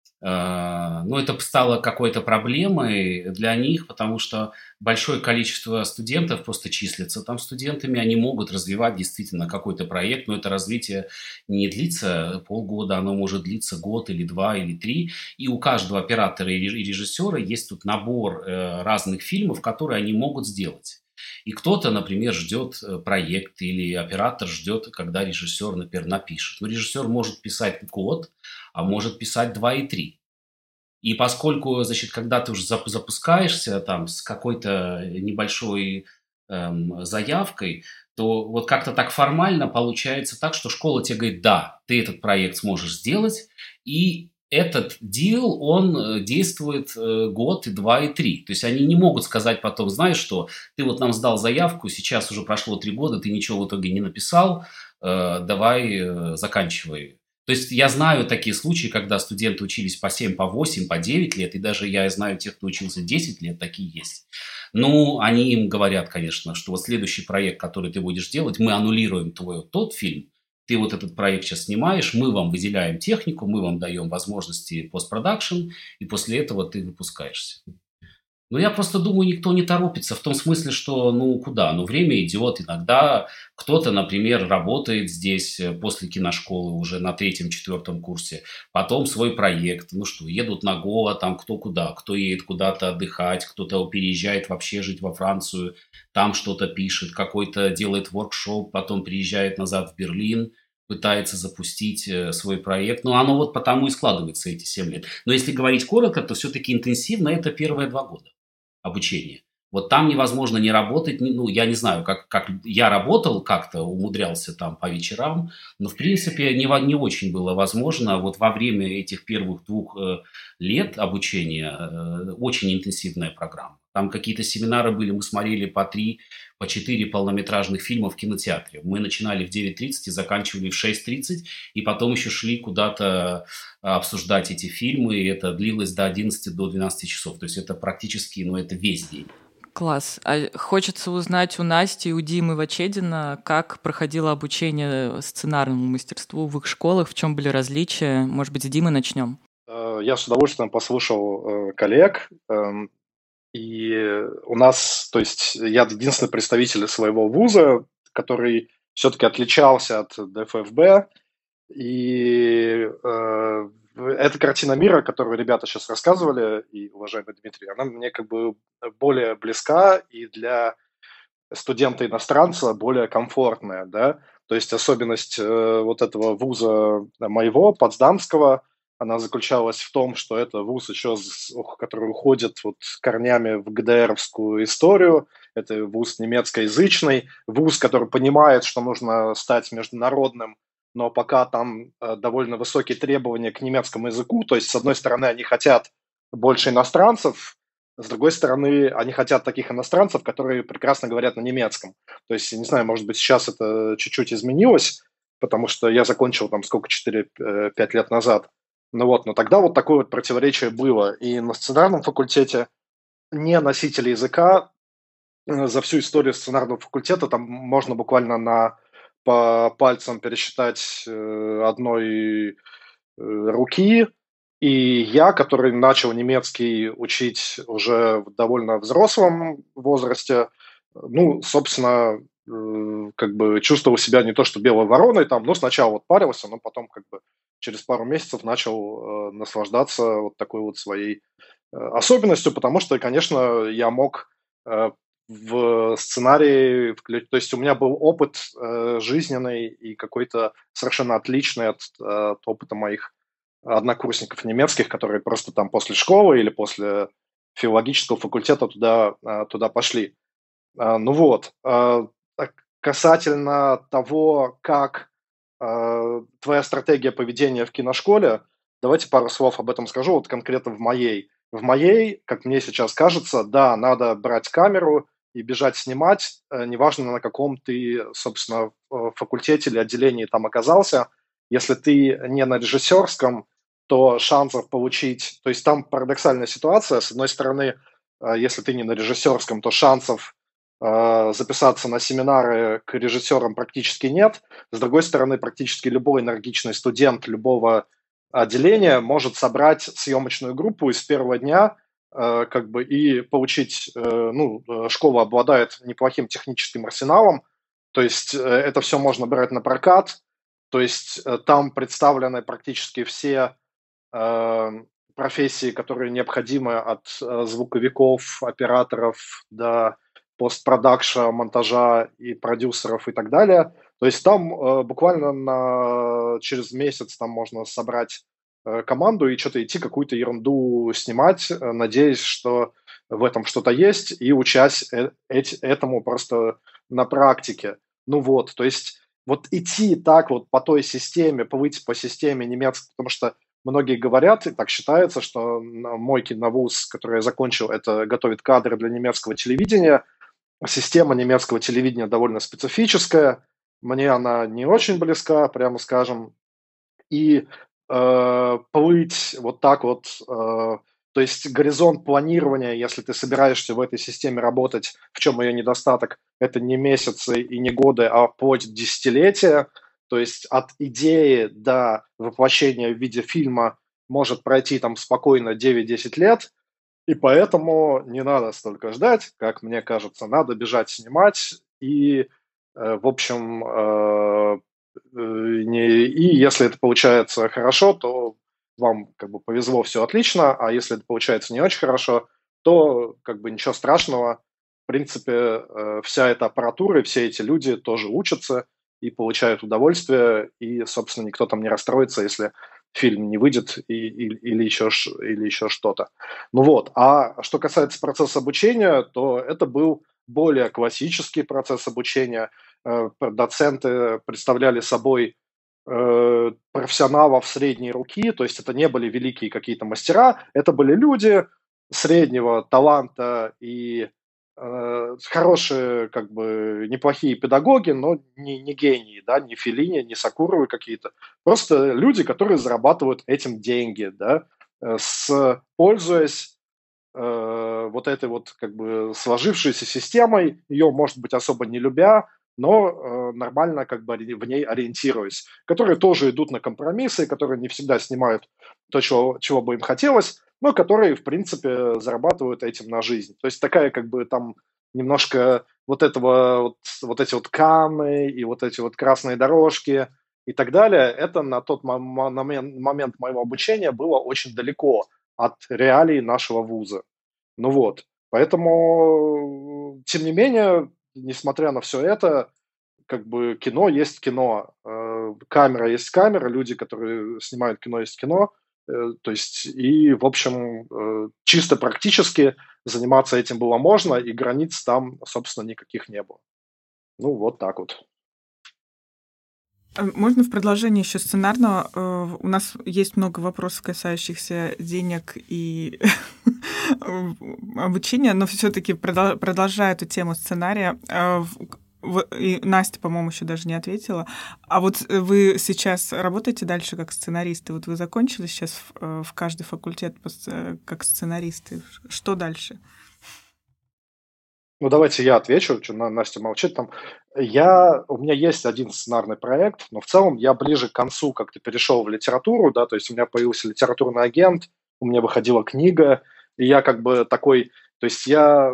ну, это стало какой-то проблемой для них, потому что большое количество студентов просто числятся там студентами, они могут развивать действительно какой-то проект, но это развитие не длится полгода, оно может длиться год или два или три, и у каждого оператора и режиссера есть тут набор разных фильмов, которые они могут сделать. И кто-то, например, ждет проект, или оператор ждет, когда режиссер, например, напишет. Но режиссер может писать год, а может писать 2 и 3. И поскольку, значит, когда ты уже запускаешься там с какой-то небольшой заявкой, то вот как-то так формально получается так, что школа тебе говорит, да, ты этот проект сможешь сделать, и этот дил, он действует год, и 2, и 3. То есть они не могут сказать потом, знаешь что, ты вот нам сдал заявку, сейчас уже прошло 3 года, ты ничего в итоге не написал, давай заканчивай. То есть я знаю такие случаи, когда студенты учились по 7, по 8, по 9 лет, и даже я знаю тех, кто учился 10 лет, такие есть. Ну, они им говорят, конечно, что вот следующий проект, который ты будешь делать, мы аннулируем твой тот фильм, ты вот этот проект сейчас снимаешь, мы вам выделяем технику, мы вам даем возможности постпродакшн, и после этого ты выпускаешься. Ну, я просто думаю, никто не торопится в том смысле, что, ну, куда? Ну, время идет. Иногда кто-то, например, работает здесь после киношколы уже на 3-4 курсе, потом свой проект. Ну что, едут на Гоа, там кто куда, кто едет куда-то отдыхать, кто-то переезжает вообще жить во Францию, там что-то пишет, какой-то делает воркшоп, потом приезжает назад в Берлин, пытается запустить свой проект. Ну, оно вот потому и складывается эти 7 лет. Но если говорить коротко, то все-таки интенсивно это первые 2 года обучения. Вот там невозможно не работать, ну, я не знаю, как я работал как-то, умудрялся там по вечерам, но, в принципе, не очень было возможно. Вот во время этих первых 2 лет обучения очень интенсивная программа. Там какие-то семинары были, мы смотрели по 3, по 4 полнометражных фильма в кинотеатре. Мы начинали в 9:30 и заканчивали в 6:30, и потом еще шли куда-то обсуждать эти фильмы, и это длилось до 11, до 12 часов. То есть это практически, ну, это весь день. Класс. А хочется узнать у Насти, у Димы Вачедина, как проходило обучение сценарному мастерству в их школах, в чем были различия. Может быть, с Димы начнем? Я с удовольствием послушал коллег. И у нас, то есть я единственный представитель своего вуза, который все-таки отличался от ДФФБ. И эта картина мира, которую ребята сейчас рассказывали, и уважаемый Дмитрий, она мне как бы более близка и для студента-иностранца более комфортная, да. То есть особенность вот этого вуза моего, Потсдамского, она заключалась в том, что это вуз еще, который уходит вот корнями в ГДРовскую историю. Это вуз немецкоязычный, вуз, который понимает, что нужно стать международным, но пока там довольно высокие требования к немецкому языку. То есть, с одной стороны, они хотят больше иностранцев, с другой стороны, они хотят таких иностранцев, которые прекрасно говорят на немецком. То есть, не знаю, может быть, сейчас это чуть-чуть изменилось, потому что я закончил там сколько, 4-5 лет назад. Ну вот, но тогда вот такое вот противоречие было. И на сценарном факультете не носители языка за всю историю сценарного факультета там можно буквально по пальцам пересчитать одной руки. И я, который начал немецкий учить уже в довольно взрослом возрасте, ну, собственно, как бы чувствовал себя не то что белой вороной там, но сначала вот парился, но потом как бы через пару месяцев начал наслаждаться вот такой вот своей особенностью, потому что, конечно, я мог в сценарии, то есть у меня был опыт жизненный и какой-то совершенно отличный от опыта моих однокурсников немецких, которые просто там после школы или после филологического факультета туда пошли. Ну вот, касательно того, как твоя стратегия поведения в киношколе, давайте пару слов об этом скажу, вот конкретно в моей. В моей, как мне сейчас кажется, да, надо брать камеру и бежать снимать, неважно, на каком ты, собственно, факультете или отделении там оказался. Если ты не на режиссерском, то шансов получить... То есть там парадоксальная ситуация. С одной стороны, если ты не на режиссерском, то шансов записаться на семинары к режиссерам практически нет. С другой стороны, практически любой энергичный студент любого отделения может собрать съемочную группу из первого дня, как бы, и получить, школа обладает неплохим техническим арсеналом, то есть это все можно брать на прокат, то есть там представлены практически все э, профессии, которые необходимы от звуковиков, операторов до постпродакшена, монтажа и продюсеров и так далее. То есть там буквально через месяц там можно собрать команду и что-то идти, какую-то ерунду снимать, надеясь, что в этом что-то есть, и учась этому просто на практике. Ну вот, то есть вот идти так вот по той системе, выйти по системе немецкой, потому что многие говорят, и так считается, что мой киновуз, который я закончил, это готовит кадры для немецкого телевидения. Система немецкого телевидения довольно специфическая, мне она не очень близка, прямо скажем, и плыть вот так вот, то есть горизонт планирования, если ты собираешься в этой системе работать, в чем ее недостаток, это не месяцы и не годы, а вплоть до десятилетия, то есть от идеи до воплощения в виде фильма может пройти там спокойно 9-10 лет, и поэтому не надо столько ждать, как мне кажется, надо бежать снимать и, в общем, и если это получается хорошо, то вам как бы повезло, все отлично, а если это получается не очень хорошо, то как бы ничего страшного. В принципе, вся эта аппаратура и все эти люди тоже учатся и получают удовольствие, и, собственно, никто там не расстроится, если фильм не выйдет или еще что-то. Ну вот. А что касается процесса обучения, то это был более классический процесс обучения. Доценты представляли собой профессионалов средней руки, то есть это не были великие какие-то мастера, это были люди среднего таланта и хорошие, как бы, неплохие педагоги, но не гении, да, не Феллини, не Сакуровы какие-то. Просто люди, которые зарабатывают этим деньги, да, пользуясь вот этой вот, как бы, сложившейся системой, ее, может быть, особо не любя, но нормально, как бы, в ней ориентируясь, которые тоже идут на компромиссы, которые не всегда снимают то, чего бы им хотелось, но которые, в принципе, зарабатывают этим на жизнь. То есть такая, как бы, там немножко вот этого, вот эти вот Канны и вот эти вот красные дорожки и так далее, это на тот момент моего обучения было очень далеко от реалий нашего вуза. Ну вот, поэтому, тем не менее, несмотря на все это, как бы кино есть кино, камера есть камера, люди, которые снимают кино, есть кино. То есть, и, в общем, чисто практически заниматься этим было можно, и границ там, собственно, никаких не было. Ну, вот так вот. Можно в продолжение еще сценарного? У нас есть много вопросов, касающихся денег и обучения, но все-таки продолжая эту тему сценария. И Настя, по-моему, еще даже не ответила. А вот вы сейчас работаете дальше как сценаристы? Вот вы закончили сейчас в каждый факультет как сценаристы. Что дальше? Ну, давайте я отвечу, что Настя молчит там. У меня есть один сценарный проект, но в целом я ближе к концу как-то перешел в литературу, да, то есть у меня появился литературный агент, у меня выходила книга, и я как бы такой, то есть я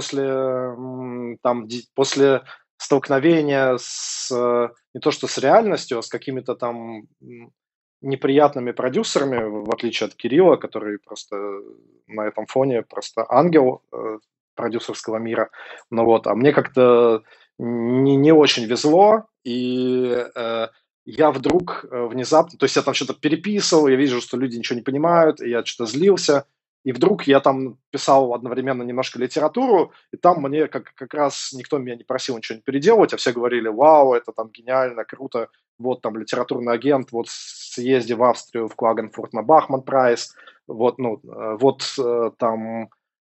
после столкновения не то что с реальностью, а с какими-то там неприятными продюсерами, в отличие от Кирилла, который просто на этом фоне просто ангел продюсерского мира. Ну вот, а мне как-то не очень везло, и я вдруг внезапно, то есть я там что-то переписывал, я вижу, что люди ничего не понимают, и я что-то злился, и вдруг я там писал одновременно немножко литературу, и там мне как раз никто меня не просил ничего не переделывать, а все говорили: вау, это там гениально, круто, вот там литературный агент, вот съезди в Австрию, в Клагенфурт на Бахман Прайс, вот, там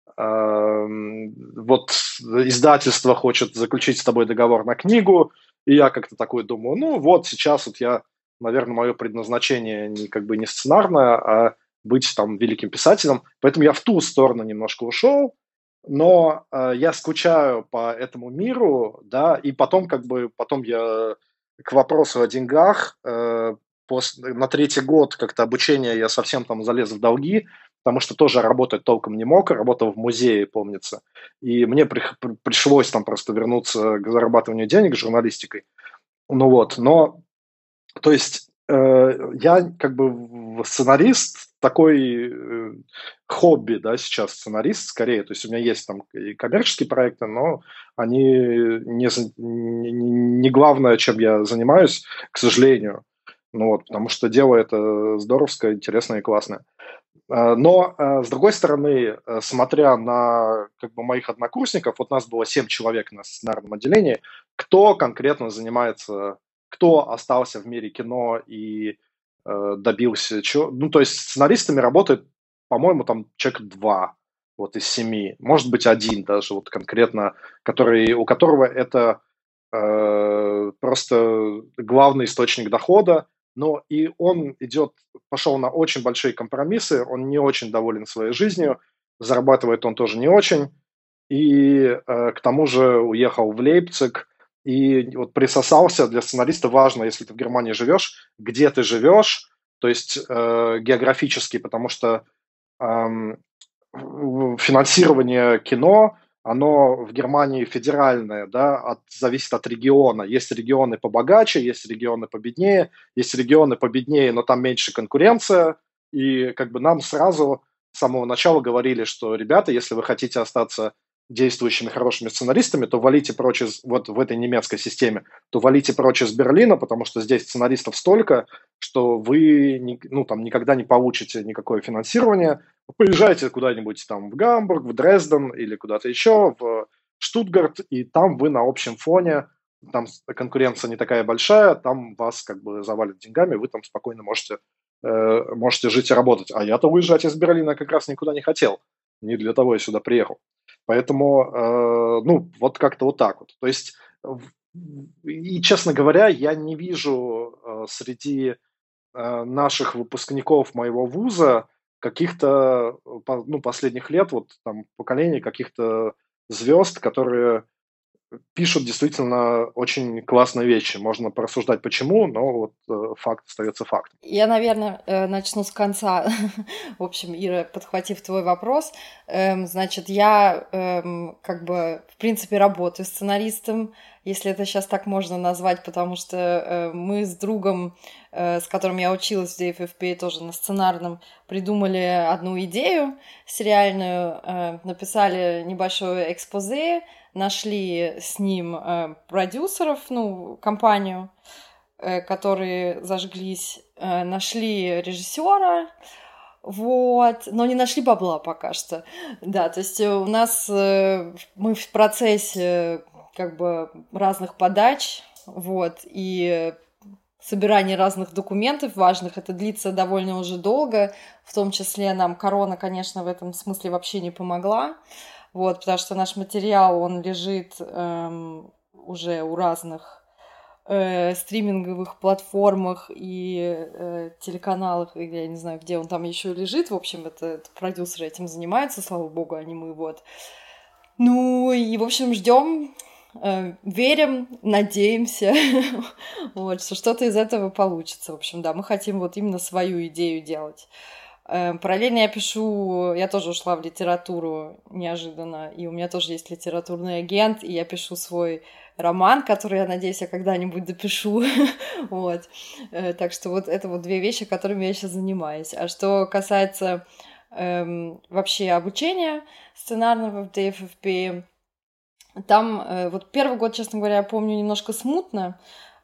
вот издательство хочет заключить с тобой договор на книгу, и я как-то такой думаю, ну вот сейчас вот я, наверное, мое предназначение не сценарное, а быть там великим писателем, поэтому я в ту сторону немножко ушел, но я скучаю по этому миру, да, и потом потом я к вопросу о деньгах, на третий год как-то обучения я совсем там залез в долги, потому что тоже работать толком не мог, работал в музее, помнится, и мне пришлось там просто вернуться к зарабатыванию денег журналистикой. Ну вот, но, то есть, я сценарист, такой хобби, да, сейчас сценарист скорее, то есть у меня есть там и коммерческие проекты, но они не главное, чем я занимаюсь, к сожалению, ну вот, потому что дело это здоровское, интересное и классное. Но, с другой стороны, смотря на моих однокурсников, вот нас было 7 человек на сценарном отделении, кто конкретно занимается, кто остался в мире кино и добился чего. Ну, то есть сценаристами работает, по-моему, там человек 2 вот из 7, может быть, 1 даже вот конкретно, у которого это просто главный источник дохода, но и он пошел на очень большие компромиссы, он не очень доволен своей жизнью, зарабатывает он тоже не очень, и к тому же уехал в Лейпциг, и вот присосался. Для сценариста важно, если ты в Германии живешь, где ты живешь, то есть географически, потому что финансирование кино, оно в Германии федеральное, да, зависит от региона. Есть регионы побогаче, есть регионы победнее, есть регионы победнее, но там меньше конкуренция, и нам сразу с самого начала говорили, что, ребята, если вы хотите остаться действующими хорошими сценаристами, то валите прочь вот в этой немецкой системе, то валите прочь из Берлина, потому что здесь сценаристов столько, что вы никогда не получите никакое финансирование. Поезжайте куда-нибудь там в Гамбург, в Дрезден или куда-то еще, в Штутгарт, и там вы на общем фоне, там конкуренция не такая большая, там вас завалят деньгами, вы там спокойно можете жить и работать. А я-то уезжать из Берлина как раз никуда не хотел. Не для того я сюда приехал. Поэтому, вот как-то вот так вот. То есть, и, честно говоря, я не вижу среди наших выпускников моего вуза каких-то, последних лет, вот там поколений каких-то звезд, которые пишут действительно очень классные вещи. Можно порассуждать почему, но вот факт остается фактом. Я, наверное, начну с конца. В общем, Ира, подхватив твой вопрос, значит, я в принципе работаю сценаристом, если это сейчас так можно назвать, потому что мы с другом, с которым я училась в DFFP, тоже на сценарном, придумали одну идею сериальную, написали небольшое экспозе, нашли с ним продюсеров, компанию, которые зажглись, нашли режиссера, вот, но не нашли бабла пока что. Да, то есть у нас мы в процессе разных подач, вот, и собирание разных документов важных, это длится довольно уже долго, в том числе нам корона, конечно, в этом смысле вообще не помогла, вот, потому что наш материал, он лежит уже у разных стриминговых платформах и телеканалах, и я не знаю, где он там еще лежит, в общем, это продюсеры этим занимаются, слава богу, а не мы, вот. Ну, и, в общем, ждем, верим, надеемся, вот, что что-то из этого получится. В общем, да, мы хотим вот именно свою идею делать. Параллельно я тоже ушла в литературу неожиданно, и у меня тоже есть литературный агент, и я пишу свой роман, который, я надеюсь, я когда-нибудь допишу, вот. Так что вот это вот 2 вещи, которыми я сейчас занимаюсь. А что касается вообще обучения сценарного в DFFP, там вот первый год, честно говоря, я помню немножко смутно,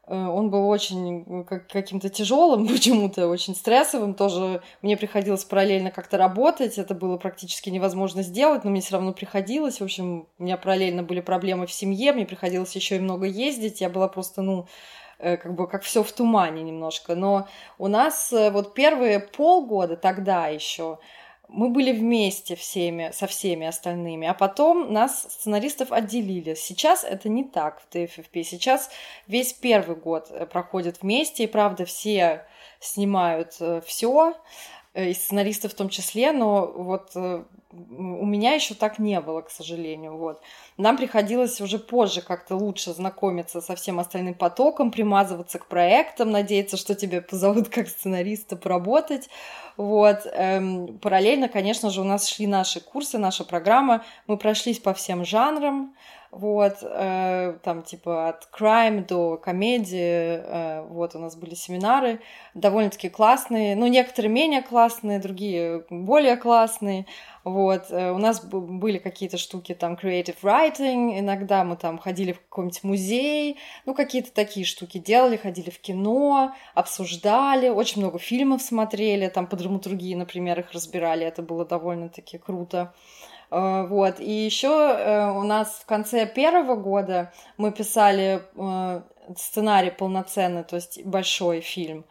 Он был очень каким-то тяжелым, почему-то очень стрессовым. Тоже мне приходилось параллельно как-то работать. Это было практически невозможно сделать, но мне все равно приходилось. В общем, у меня параллельно были проблемы в семье, мне приходилось еще и много ездить. Я была просто, как все в тумане немножко. Но у нас вот первые полгода тогда еще мы были вместе со всеми остальными, а потом нас, сценаристов, отделили. Сейчас это не так в DFFP. Сейчас весь первый год проходит вместе, и правда все снимают все, и сценаристы в том числе, но вот у меня еще так не было, к сожалению. Вот. Нам приходилось уже позже как-то лучше знакомиться со всем остальным потоком, примазываться к проектам, надеяться, что тебя позовут как сценариста поработать. Вот. Параллельно, конечно же, у нас шли наши курсы, наша программа. Мы прошлись по всем жанрам. Вот, там типа от crime до комедии, вот у нас были семинары, довольно-таки классные, некоторые менее классные, другие более классные, вот, у нас были какие-то штуки, там, creative writing, иногда мы там ходили в какой-нибудь музей, какие-то такие штуки делали, ходили в кино, обсуждали, очень много фильмов смотрели, там, по драматургии, например, их разбирали, это было довольно-таки круто. Вот. И еще у нас в конце первого года мы писали сценарий полноценный, то есть большой фильм.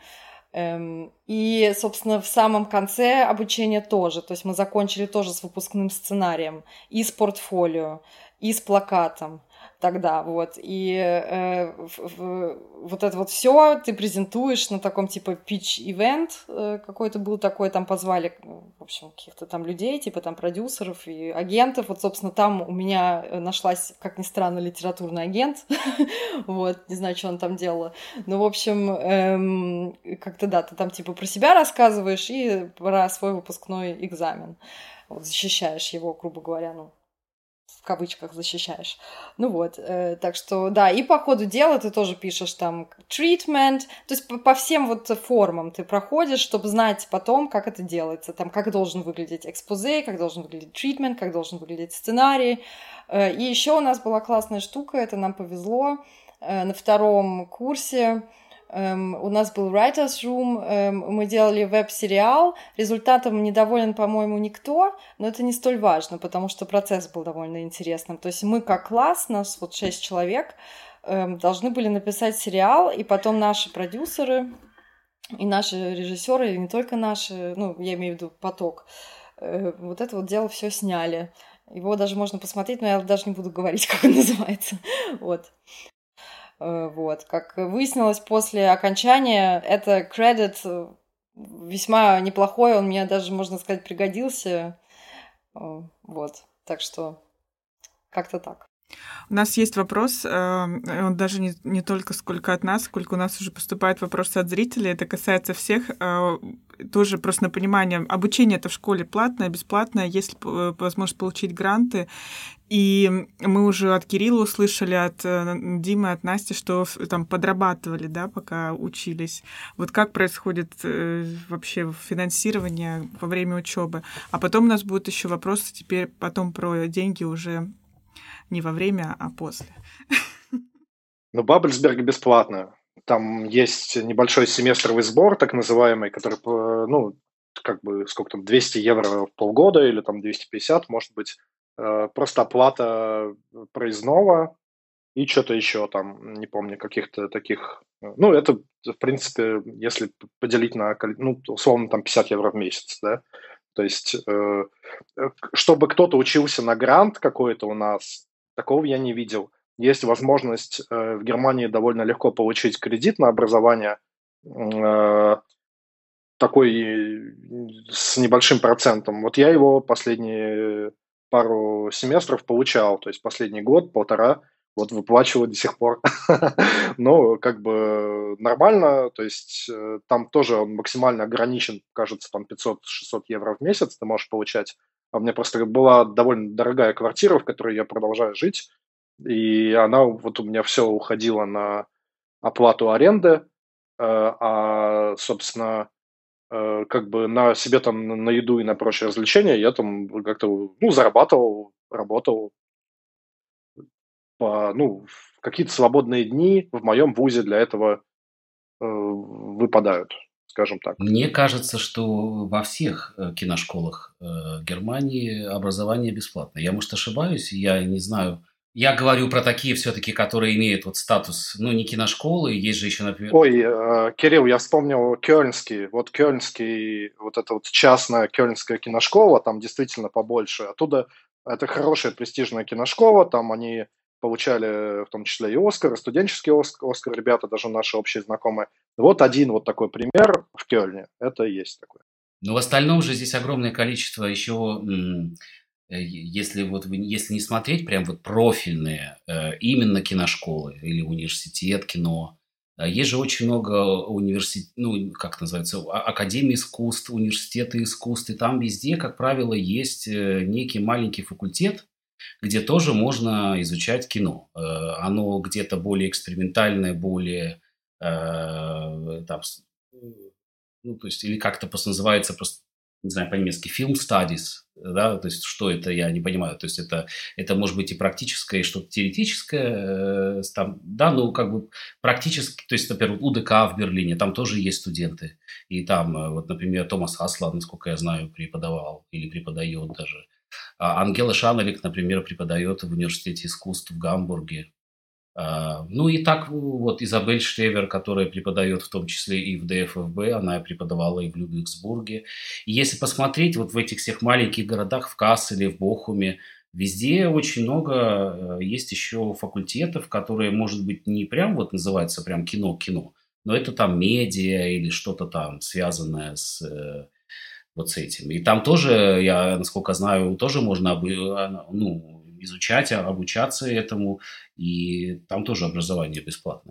И, собственно, в самом конце обучения тоже. То есть мы закончили тоже с выпускным сценарием и с портфолио, и с плакатом тогда, вот. И вот это вот все ты презентуешь на таком типа питч-ивент какой-то был такой, там позвали, в общем, каких-то там людей, типа там продюсеров и агентов. Вот, собственно, там у меня нашлась, как ни странно, литературный агент. Вот, не знаю, что он там делала. Ну, в общем, как-то да, ты там типа про себя рассказываешь и про свой выпускной экзамен. Вот, защищаешь его, грубо говоря, в кавычках защищаешь. Так что, да, и по ходу дела ты тоже пишешь там treatment, то есть по всем вот формам ты проходишь, чтобы знать потом, как это делается, там, как должен выглядеть экспозе, как должен выглядеть treatment, как должен выглядеть сценарий. И еще у нас была классная штука, это нам повезло, на втором курсе у нас был Writers Room, мы делали веб-сериал, результатом недоволен, по-моему, никто, но это не столь важно, потому что процесс был довольно интересным. То есть мы как класс, нас вот 6 человек, должны были написать сериал, и потом наши продюсеры и наши режиссеры, и не только наши, я имею в виду поток, вот это вот дело все сняли. Его даже можно посмотреть, но я даже не буду говорить, как он называется. Вот. Вот, как выяснилось после окончания, это кредит весьма неплохой, он мне даже, можно сказать, пригодился. Вот, так что как-то так. У нас есть вопрос, он даже не только сколько от нас, сколько у нас уже поступают вопросы от зрителей. Это касается всех. Тоже просто на понимание. Обучение это в школе платное, бесплатное, есть возможность получить гранты. И мы уже от Кирилла услышали, от Димы, от Насти, что там подрабатывали, да, пока учились. Вот как происходит вообще финансирование во время учебы. А потом у нас будут еще вопросы теперь потом про деньги уже не во время, а после. Бабельсберг бесплатно. Там есть небольшой семестровый сбор, так называемый, который, сколько там, 200 евро в полгода или там 250, может быть, просто оплата проездного и что-то еще там, не помню, каких-то таких. Это, в принципе, если поделить на, условно, там 50 евро в месяц, да. То есть, чтобы кто-то учился на грант какой-то у нас, такого я не видел. Есть возможность в Германии довольно легко получить кредит на образование, такой с небольшим процентом. Вот я его последние пару семестров получал, то есть последний год, полтора, вот выплачиваю до сих пор. Нормально, то есть там тоже он максимально ограничен, кажется, там 500-600 евро в месяц ты можешь получать. А у меня просто была довольно дорогая квартира, в которой я продолжаю жить, и она вот у меня все уходило на оплату аренды, собственно, на себе там на еду и на прочие развлечения я там как-то, зарабатывал, работал. в какие-то свободные дни в моем вузе для этого выпадают, скажем так. Мне кажется, что во всех киношколах Германии образование бесплатное. Я, может, ошибаюсь, я не знаю. Я говорю про такие все-таки, которые имеют вот статус, не киношколы, есть же еще, например... Ой, Кирилл, я вспомнил Кёльнский, вот эта вот частная кёльнская киношкола, там действительно побольше. Оттуда это хорошая престижная киношкола, там они получали в том числе и Оскар, и студенческий Оскар, ребята, даже наши общие знакомые. Вот один вот такой пример в Кёльне, это и есть такой. Но в остальном же здесь огромное количество еще, если не смотреть прям вот профильные именно киношколы или университет кино, есть же очень много академий искусств, университеты искусств, и там везде, как правило, есть некий маленький факультет, где тоже можно изучать кино. Оно где-то более экспериментальное, более то есть, или как-то просто называется, просто, не знаю, по-немецки, film studies, да, то есть, что это, я не понимаю, то есть, это может быть и практическое, и что-то теоретическое, там, да, практически, то есть, например, УДК в Берлине, там тоже есть студенты, и там, вот, например, Томас Аслан, насколько я знаю, преподавал или преподает даже, а Ангела Шанелик, например, преподает в университете искусств в Гамбурге. И так вот Изабель Штевер, которая преподает в том числе и в ДФФБ, она преподавала и в Людвигсбурге. И если посмотреть вот в этих всех маленьких городах, в Касселе, в Бохуме, везде очень много есть еще факультетов, которые, может быть, не прям вот называются прям кино, но это там медиа или что-то там связанное с вот с этим. И там тоже, я, насколько знаю, тоже можно изучать, обучаться этому, и там тоже образование бесплатное.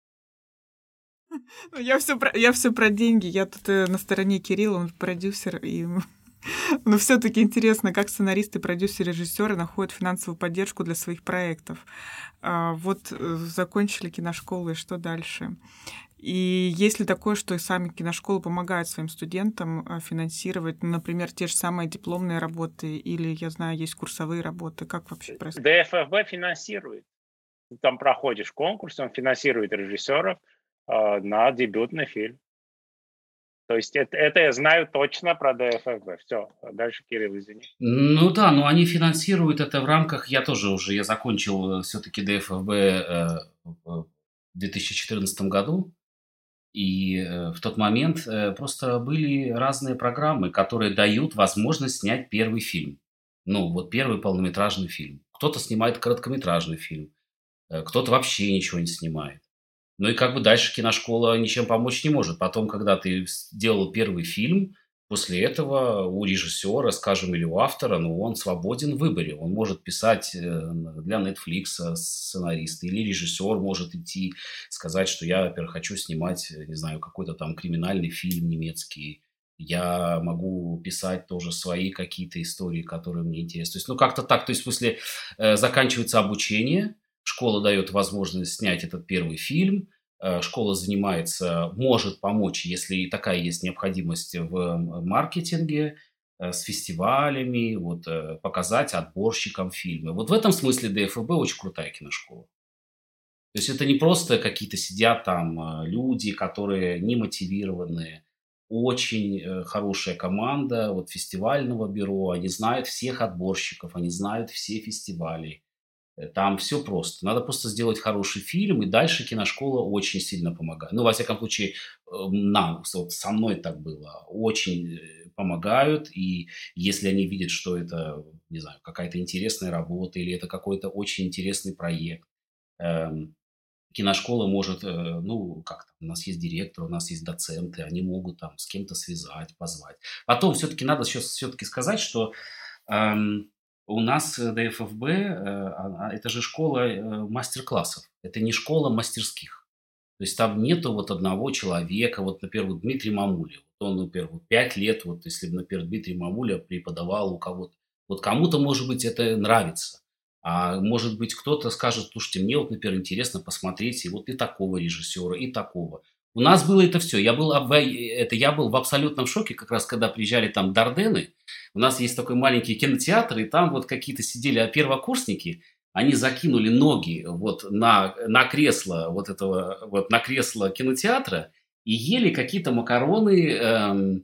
Я все про деньги. Я тут на стороне Кирилла, он продюсер, но все-таки интересно, как сценаристы, продюсеры, режиссеры находят финансовую поддержку для своих проектов. Вот закончили киношколу, и что дальше? И есть ли такое, что и сами киношколы помогают своим студентам финансировать, например, те же самые дипломные работы, или, я знаю, есть курсовые работы? Как вообще происходит? ДФФБ финансирует. Ты там проходишь конкурс, он финансирует режиссеров на дебютный фильм. То есть это я знаю точно про ДФФБ. Все, дальше, Кирилл, извини. Они финансируют это в рамках, я закончил все-таки ДФФБ в 2014 году, и в тот момент просто были разные программы, которые дают возможность снять первый фильм. Первый полнометражный фильм. Кто-то снимает короткометражный фильм, кто-то вообще ничего не снимает. И дальше киношкола ничем помочь не может. Потом, когда ты сделал первый фильм, после этого у режиссера, скажем, или у автора, он свободен в выборе. Он может писать для Netflix сценариста, или режиссер может идти сказать, что я, например, хочу снимать, не знаю, какой-то там криминальный фильм немецкий. Я могу писать тоже свои какие-то истории, которые мне интересны. То есть, как-то так. То есть, после заканчивается обучение, школа дает возможность снять этот первый фильм, школа может помочь, если такая есть необходимость в маркетинге, с фестивалями, показать отборщикам фильмы. Вот в этом смысле ДФБ очень крутая киношкола. То есть это не просто какие-то сидят там люди, которые не мотивированные, очень хорошая команда фестивального бюро, они знают всех отборщиков, они знают все фестивали. Там все просто. Надо просто сделать хороший фильм, и дальше киношкола очень сильно помогает. Во всяком случае, нам, со мной так было. Очень помогают, и если они видят, что это, не знаю, какая-то интересная работа, или это какой-то очень интересный проект, киношкола может, у нас есть директор, у нас есть доценты, они могут там с кем-то связать, позвать. Потом все-таки надо все-таки сказать, что у нас ДФФБ – это же школа мастер-классов, это не школа мастерских. То есть там нету одного человека, например, Дмитрий Мамуля. Он, например, 5 лет, если, например, Дмитрий Мамуля преподавал у кого-то. Кому-то, может быть, это нравится. А может быть, кто-то скажет, слушайте, мне например, интересно посмотреть и такого режиссера, и такого. У нас было это все. Я был в абсолютном шоке, как раз когда приезжали там Дардены. У нас есть такой маленький кинотеатр, и там какие-то сидели первокурсники, они закинули ноги вот на кресло вот этого, вот на кресло кинотеатра и ели какие-то макароны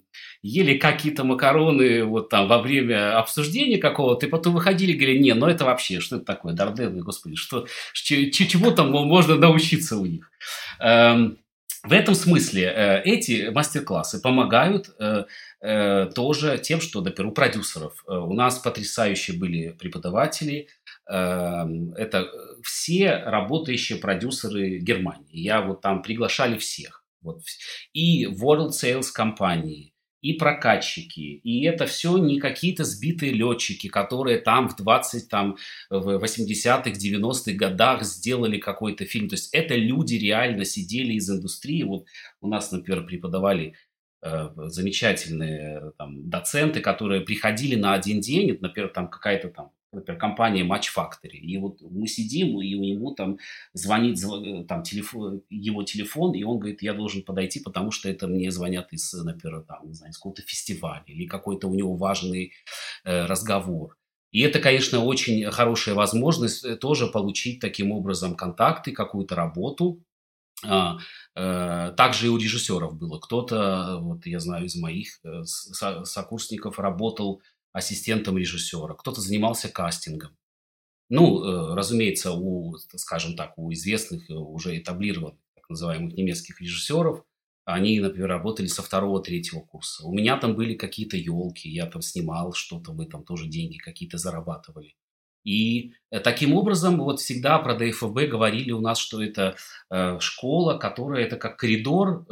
вот там во время обсуждения какого-то, и потом выходили и говорили, не, ну это вообще, что это такое, Дарденны, господи, чего там можно научиться у них. В этом смысле эти мастер-классы помогают тоже тем, что, например, у продюсеров у нас потрясающие были преподаватели, это все работающие продюсеры Германии. Я вот там приглашали всех. Вот. И World Sales компании, и прокатчики. И это все не какие-то сбитые летчики, которые там в 80-х, 90-х годах сделали какой-то фильм. То есть это люди реально сидели из индустрии. Вот у нас, например, преподавали замечательные там, доценты, которые приходили на один день. Это, например, там какая-то там, например, компания Match Factory. И вот мы сидим, и у него там звонит там, его телефон, и он говорит, я должен подойти, потому что это мне звонят из, например, там, не знаю, из какого-то фестиваля или какой-то у него важный разговор. И это, конечно, очень хорошая возможность тоже получить таким образом контакты, какую-то работу. Также и у режиссеров было. Кто-то, вот я знаю, из моих сокурсников работал ассистентом режиссера, кто-то занимался кастингом. Ну, разумеется, скажем так, у известных, уже этаблированных, так называемых немецких режиссеров, они, например, работали со 2-3 курса. У меня там были какие-то елки, я там снимал что-то, мы там тоже деньги какие-то зарабатывали. И таким образом вот всегда про ДФБ говорили у нас, что это школа, которая это как коридор,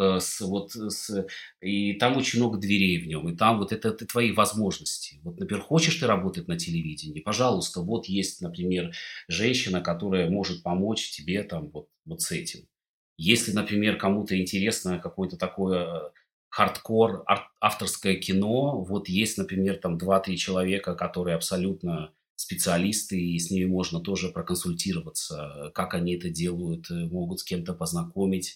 и там очень много дверей в нем, и там вот это твои возможности. Вот, например, хочешь ты работать на телевидении, пожалуйста, вот есть, например, женщина, которая может помочь тебе там вот с этим. Если, например, кому-то интересно какое-то такое хардкор, авторское кино, вот есть, например, там 2-3 человека, которые абсолютно специалисты, и с ними можно тоже проконсультироваться, как они это делают, могут с кем-то познакомить.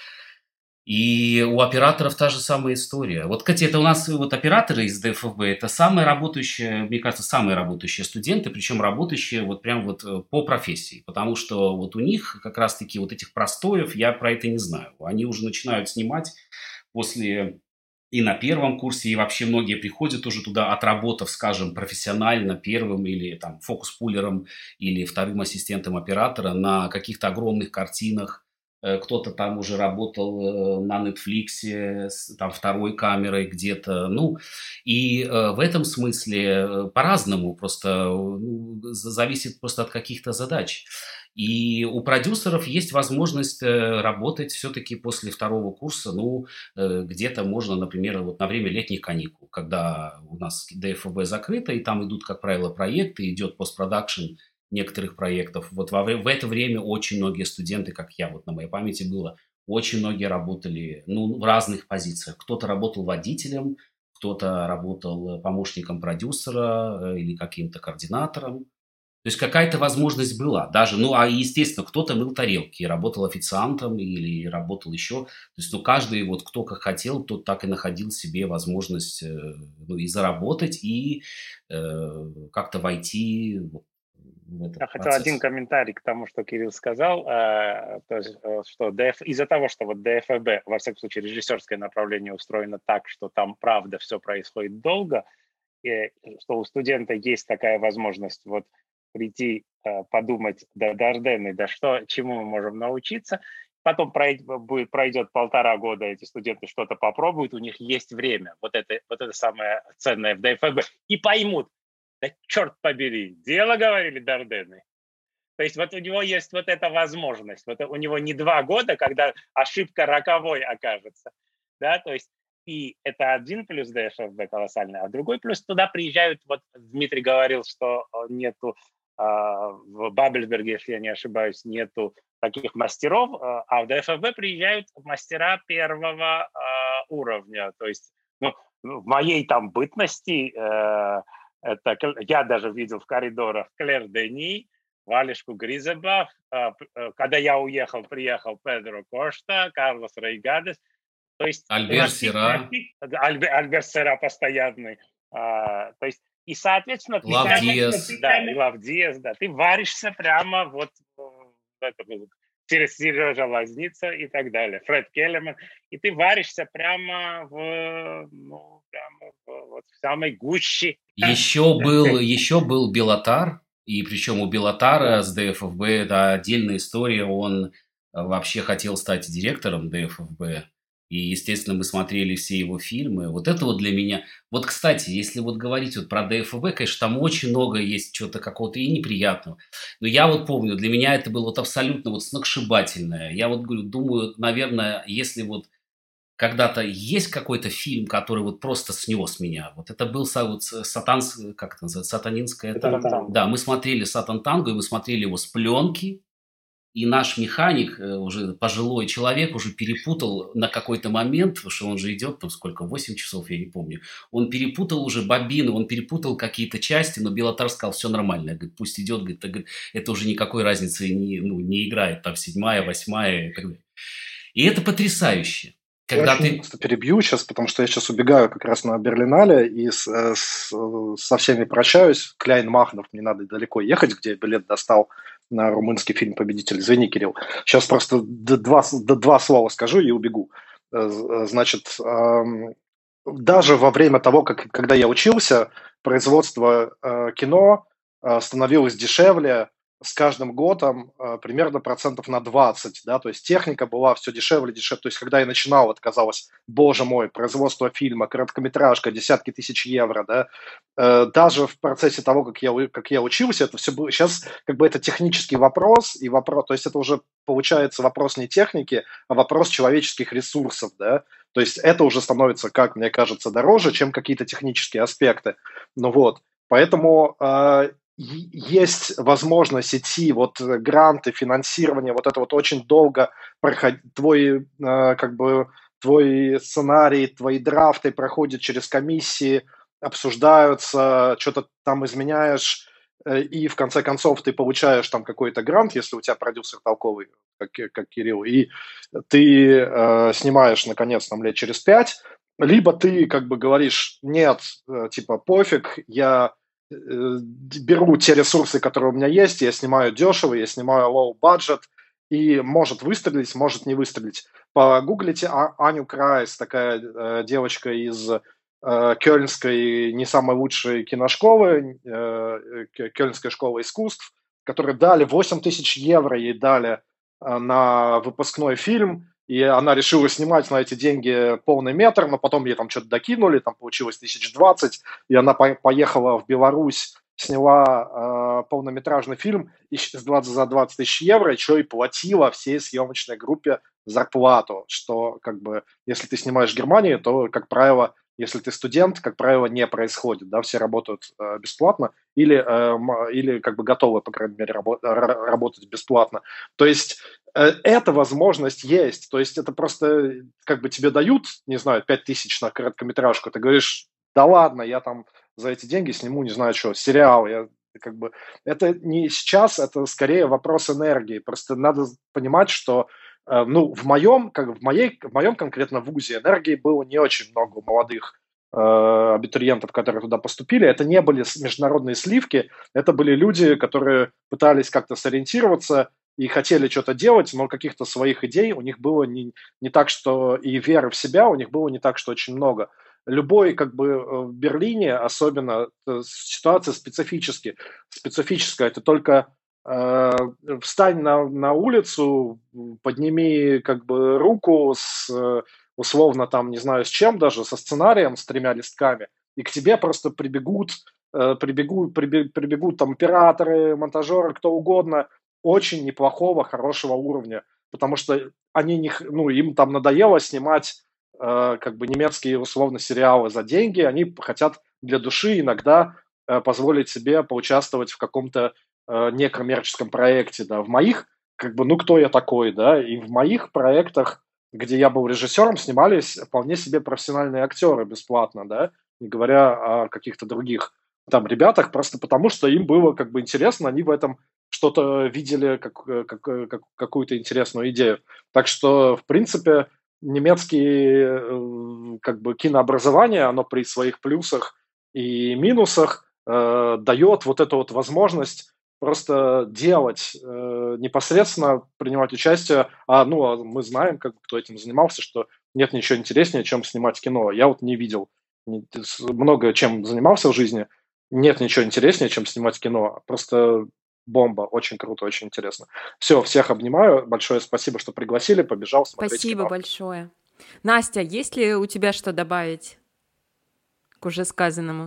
И у операторов та же самая история. Вот, кстати, это у нас вот операторы из ДФБ, это самые работающие, мне кажется, самые работающие студенты, причем работающие вот прям вот по профессии, потому что вот у них как раз-таки вот этих простоев я про это не знаю. Они уже начинают снимать после... И на первом курсе, и вообще многие приходят уже туда, отработав, скажем, профессионально первым или там фокус-пулером или вторым ассистентом оператора на каких-то огромных картинах. Кто-то там уже работал на Netflix, там второй камерой где-то. Ну, и в этом смысле по-разному, просто зависит просто от каких-то задач. И у продюсеров есть возможность работать все-таки после 2-го курса, ну, где-то можно, например, вот на время летних каникул, когда у нас ДФБ закрыто, и там идут, как правило, проекты, идет постпродакшн некоторых проектов. Вот в это время очень многие студенты, как я, вот на моей памяти было, очень многие работали, ну, в разных позициях. Кто-то работал водителем, кто-то работал помощником продюсера или каким-то координатором. То есть какая-то возможность была даже, ну, а естественно, кто-то мыл тарелки, работал официантом или работал еще. То есть, ну, каждый вот кто как хотел, тот так и находил себе возможность, ну, и заработать, и как-то войти в этот Я хотел процесс. один комментарий к тому, что Кирилл сказал, то есть, что из-за того, что вот ДФБ, во всяком случае, режиссерское направление устроено так, что там, правда, все происходит долго, и что у студента есть такая возможность вот прийти, подумать, да, Дарденны, да что, чему мы можем научиться. Потом пройдет 1,5 года, эти студенты что-то попробуют, у них есть время. Вот это самое ценное в ДФБ. И поймут, да черт побери, дело говорили Дарденны. То есть вот у него есть вот эта возможность. Вот у него не 2 года, когда ошибка роковой окажется. Да, то есть и это один плюс ДФБ колоссальный, а другой плюс туда приезжают, вот Дмитрий говорил, что нету в Бабельсберге, если я не ошибаюсь, нету таких мастеров, а в ДФБ приезжают мастера первого уровня. То есть ну, в моей там бытности, это, я даже видел в коридорах Клэр Дени, Валешку Гризебах, когда я уехал, приехал Педро Кошта, Карлос Рейгадес, то есть Альбер Сера. Альбер Сера постоянный. То есть И, соответственно, ты Лав прямо, Диас. да, и Лав Диас, да, ты варишься прямо вот в это, через Сережа Лазница и так далее, Фред Келлерман, и ты варишься прямо вот в самой гуще. Еще был Беллатар, и причем у Беллатара с ДФФБ это отдельная история. Он вообще хотел стать директором ДФФБ. И, естественно, мы смотрели все его фильмы. Вот это вот для меня... Вот, кстати, если вот говорить вот про ДФБ, конечно, там очень много есть чего-то какого-то и неприятного. Но я вот помню, для меня это было вот абсолютно вот сногсшибательное. Я вот говорю, думаю, наверное, если вот когда-то есть какой-то фильм, который вот просто снес меня. Вот это был как это называется, сатанинское... Да, мы смотрели «Сатан Танго», и мы смотрели его с пленки. И наш механик, уже пожилой человек, уже перепутал на какой-то момент, потому что он же идет, там сколько, 8 часов, я не помню. Он перепутал уже бобины, он перепутал какие-то части, но Беллатар сказал, все нормально. Говорит, пусть идет, говорит, это уже никакой разницы не играет, там 7-я, 8-я и так далее. И это потрясающе. Когда я просто перебью сейчас, потому что я сейчас убегаю как раз на Берлинале и со всеми прощаюсь. Кляйн-Махнов, не надо далеко ехать, где я билет достал на румынский фильм «Победитель». Извини, Кирилл. Сейчас просто два слова скажу и убегу. Значит, даже во время того, когда я учился, производство кино становилось дешевле с каждым годом примерно процентов на 20, да, то есть техника была все дешевле. То есть когда я начинал, это казалось, боже мой, производство фильма, короткометражка, десятки тысяч евро, да, даже в процессе того, как я учился, это все было, сейчас как бы это технический вопрос, то есть это уже получается вопрос не техники, а вопрос человеческих ресурсов, да, то есть это уже становится, как мне кажется, дороже, чем какие-то технические аспекты, ну вот, поэтому есть возможность идти, вот гранты, финансирование, вот это вот очень долго проходит, твой сценарий, твои драфты проходят через комиссии, обсуждаются, что-то там изменяешь, и в конце концов ты получаешь там какой-то грант, если у тебя продюсер толковый, как Кирилл, и ты снимаешь, наконец, там лет через 5, либо ты как бы говоришь, нет, типа пофиг, я беру те ресурсы, которые у меня есть, я снимаю дешево, я снимаю low budget, и может выстрелить, может не выстрелить. Погуглите Аню Крайс, такая девочка из Кёльнской не самой лучшей киношколы, Кёльнской школы искусств, которые дали 8 тысяч евро, ей дали на выпускной фильм, и она решила снимать на эти деньги полный метр, но потом ей там что-то докинули, там получилось 1020, и она поехала в Беларусь, сняла полнометражный фильм за 20 тысяч евро, еще и платила всей съемочной группе зарплату, что как бы, если ты снимаешь в Германии, то, как правило, если ты студент, как правило, не происходит, да, все работают бесплатно или как бы готовы, по крайней мере, работать бесплатно. То есть эта возможность есть, то есть это просто как бы тебе дают, не знаю, 5000 на короткометражку, ты говоришь, да ладно, я там за эти деньги сниму, не знаю что, сериал, как бы, это не сейчас, это скорее вопрос энергии, просто надо понимать, что в моем конкретно вузе энергии было не очень много молодых абитуриентов, которые туда поступили. Это не были международные сливки, это были люди, которые пытались как-то сориентироваться и хотели что-то делать, но каких-то своих идей у них было не так, что и веры в себя у них было не так, что очень много. Любой, как бы, в Берлине, особенно ситуация специфическая. Это только встань на улицу, подними как бы руку условно там, не знаю с чем даже, со сценарием, с 3 листками, и к тебе просто прибегут там операторы, монтажеры, кто угодно, очень неплохого, хорошего уровня, потому что им там надоело снимать как бы немецкие условно сериалы за деньги, они хотят для души иногда позволить себе поучаствовать в каком-то некоммерческом проекте, да, в моих, как бы, кто я такой, да, и в моих проектах, где я был режиссером, снимались вполне себе профессиональные актеры бесплатно, да, не говоря о каких-то других там ребятах, просто потому что им было как бы интересно, они в этом что-то видели, какую-то интересную идею. Так что, в принципе, немецкое как бы кинообразование, оно при своих плюсах и минусах, дает вот эту вот возможность просто делать, непосредственно принимать участие. А мы знаем, кто этим занимался, что нет ничего интереснее, чем снимать кино. Я вот не видел много чем занимался в жизни. Нет ничего интереснее, чем снимать кино. Просто бомба. Очень круто, очень интересно. Все, всех обнимаю. Большое спасибо, что пригласили. Побежал смотреть Спасибо кино. большое. Настя, есть ли у тебя что добавить к уже сказанному?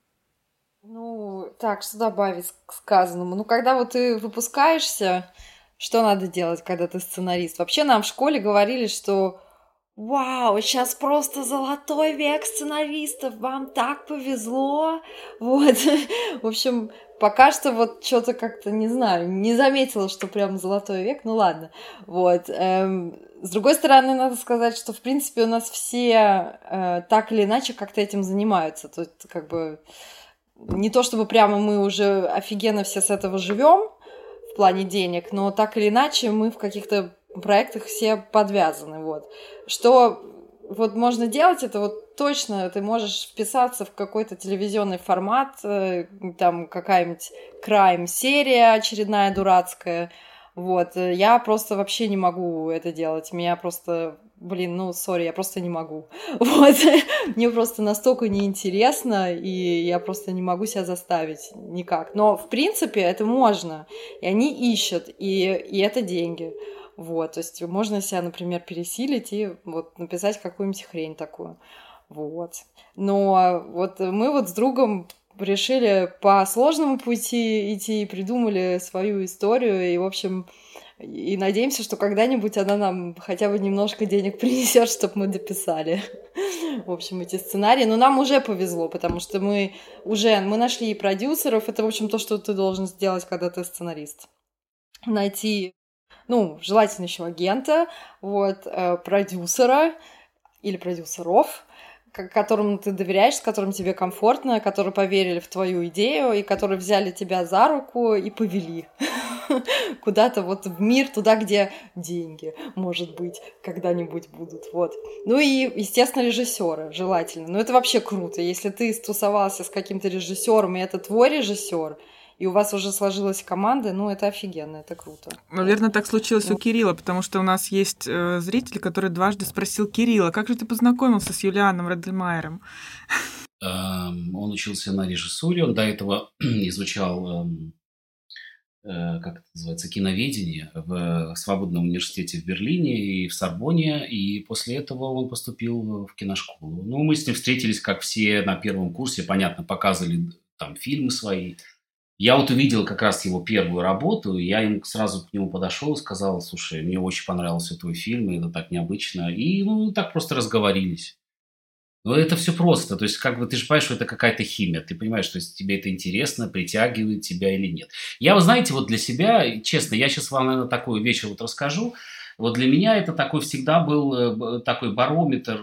Так, что добавить к сказанному? Когда вот ты выпускаешься, что надо делать, когда ты сценарист? Вообще нам в школе говорили, что вау, сейчас просто золотой век сценаристов, вам так повезло. Вот. В общем, пока что вот что-то как-то, не знаю, не заметила, что прям золотой век, ну ладно. Вот. С другой стороны, надо сказать, что, в принципе, у нас все так или иначе как-то этим занимаются. То есть, как бы, не то чтобы прямо мы уже офигенно все с этого живем в плане денег, но так или иначе мы в каких-то проектах все подвязаны, вот. Что вот можно делать, это вот точно ты можешь вписаться в какой-то телевизионный формат, там какая-нибудь крайм-серия очередная дурацкая, вот. Я просто вообще не могу это делать, меня просто, сори, я просто не могу, вот. Мне просто настолько неинтересно, и я просто не могу себя заставить никак, но в принципе это можно, и они ищут, и это деньги. Вот, то есть можно себя, например, пересилить и вот написать какую-нибудь хрень такую. Вот. Но вот мы вот с другом решили по сложному пути идти и придумали свою историю. И, в общем, и надеемся, что когда-нибудь она нам хотя бы немножко денег принесет, чтобы мы дописали. В общем, эти сценарии. Но нам уже повезло, потому что мы нашли и продюсеров. Это, в общем, то, что ты должен сделать, когда ты сценарист. Найти желательно еще агента, вот, продюсера или продюсеров, которым ты доверяешь, с которым тебе комфортно, которые поверили в твою идею и которые взяли тебя за руку и повели куда-то вот в мир, туда, где деньги, может быть, когда-нибудь будут, вот. Ну и, естественно, режиссеры желательно. Но это вообще круто, если ты стусовался с каким-то режиссером, и это твой режиссер, и у вас уже сложилась команда, это офигенно, это круто. Наверное, так случилось у Кирилла, потому что у нас есть зритель, который дважды спросил Кирилла, как же ты познакомился с Юлианом Редельмайером? Он учился на режиссуре, он до этого изучал, как это называется, киноведение в Свободном университете в Берлине и в Сорбонне, и после этого он поступил в киношколу. Мы с ним встретились, как все, на первом курсе, понятно, показывали там фильмы свои. Я вот увидел как раз его первую работу, и я сразу к нему подошел и сказал: слушай, мне очень понравился твой фильм, и это так необычно. И так просто разговорились. Но это все просто. То есть, ты же понимаешь, что это какая-то химия. Ты понимаешь, что тебе это интересно, притягивает тебя или нет. Я, вы знаете, вот для себя, честно, я сейчас вам, наверное, такую вещь вот расскажу. Вот для меня это такой всегда был такой барометр.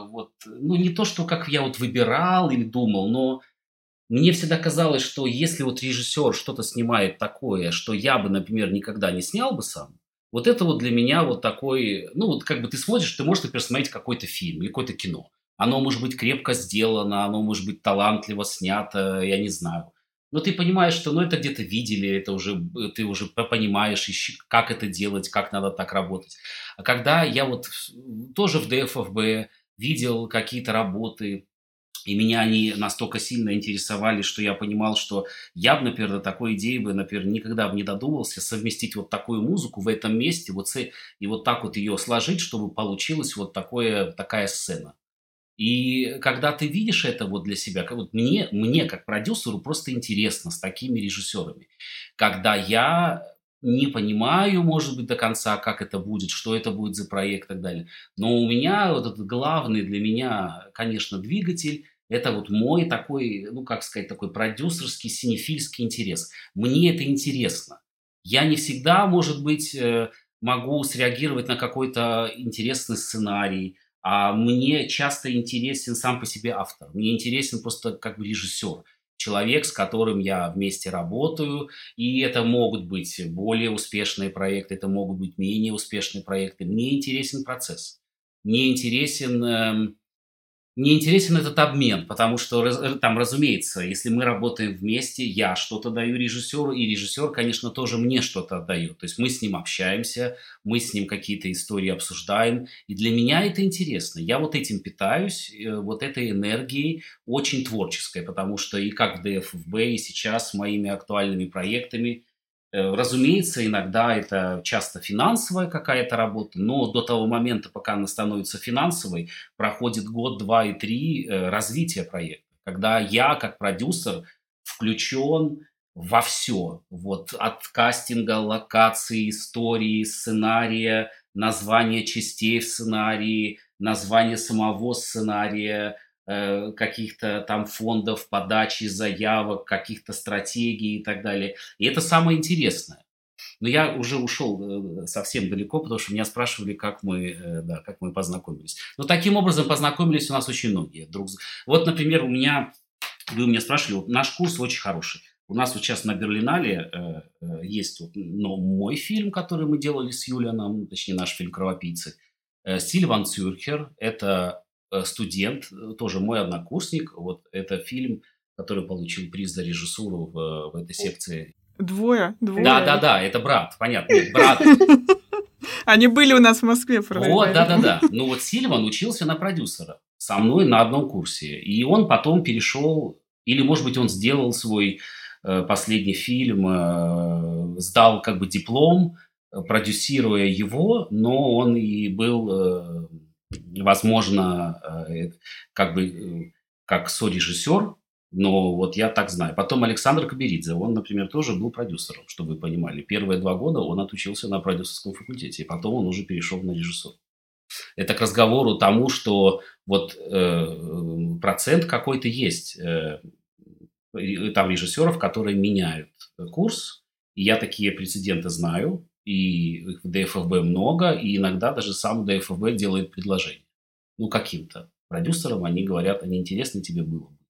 Не то, что как я вот выбирал или думал, но мне всегда казалось, что если вот режиссер что-то снимает такое, что я бы, например, никогда не снял бы сам, вот это вот для меня вот такой, ты смотришь, ты можешь, например, смотреть какой-то фильм или какое-то кино. Оно может быть крепко сделано, оно может быть талантливо снято, я не знаю. Но ты понимаешь, что это где-то видели, это уже, ты уже понимаешь, как это делать, как надо так работать. А когда я вот тоже в ДФФБ видел какие-то работы, и меня они настолько сильно интересовали, что я понимал, что я бы, например, до такой идеи никогда бы не додумался совместить вот такую музыку в этом месте, и вот так вот ее сложить, чтобы получилась вот такая сцена. И когда ты видишь это вот для себя, мне как продюсеру просто интересно с такими режиссерами. Когда я не понимаю, может быть, до конца, как это будет, что это будет за проект и так далее. Но у меня вот этот главный для меня, конечно, двигатель – это вот мой такой, такой продюсерский, синефильский интерес. Мне это интересно. Я не всегда, может быть, могу среагировать на какой-то интересный сценарий, а мне часто интересен сам по себе автор. Мне интересен просто как бы режиссер. Человек, с которым я вместе работаю, и это могут быть более успешные проекты, это могут быть менее успешные проекты. Мне интересен процесс. Мне интересен Мне интересен этот обмен, потому что там, разумеется, если мы работаем вместе, я что-то даю режиссеру, и режиссер, конечно, тоже мне что-то отдает. То есть мы с ним общаемся, мы с ним какие-то истории обсуждаем, и для меня это интересно. Я вот этим питаюсь, вот этой энергией очень творческой, потому что и как в ДФФБ, и сейчас с моими актуальными проектами, разумеется, иногда это часто финансовая какая-то работа, но до того момента, пока она становится финансовой, проходит год, два и три развития проекта, когда я, как продюсер, включен во все. Вот от кастинга, локации, истории, сценария, названия частей в сценарии, названия самого сценария, каких-то там фондов, подачи заявок, каких-то стратегий и так далее. И это самое интересное. Но я уже ушел совсем далеко, потому что меня спрашивали, как мы познакомились. Но таким образом познакомились у нас очень многие. Вот, например, вы у меня спрашивали, наш курс очень хороший. У нас вот сейчас на Берлинале есть мой фильм, который мы делали с Юлианом, точнее наш фильм «Кровопийцы». Сильван Цюрхер – это студент, тоже мой однокурсник. Вот это фильм, который получил приз за режиссуру в этой секции. Двое. Да, это брат, понятно, брат. Они были у нас в Москве. Вот, да. Ну вот Сильван учился на продюсера со мной на одном курсе. И он потом перешел, или, может быть, он сделал свой последний фильм, сдал как бы диплом, продюсируя его, но он и был... возможно, как сорежиссер, но вот я так знаю. Потом Александр Каберидзе, он, например, тоже был продюсером, чтобы вы понимали. Первые 2 года он отучился на продюсерском факультете, и потом он уже перешел на режиссуру. Это к разговору тому, что вот процент какой-то есть там режиссеров, которые меняют курс, и я такие прецеденты знаю. И их в ДФФБ много, и иногда даже сам ДФФБ делает предложение. Каким-то продюсерам они говорят, а не интересно тебе было бы.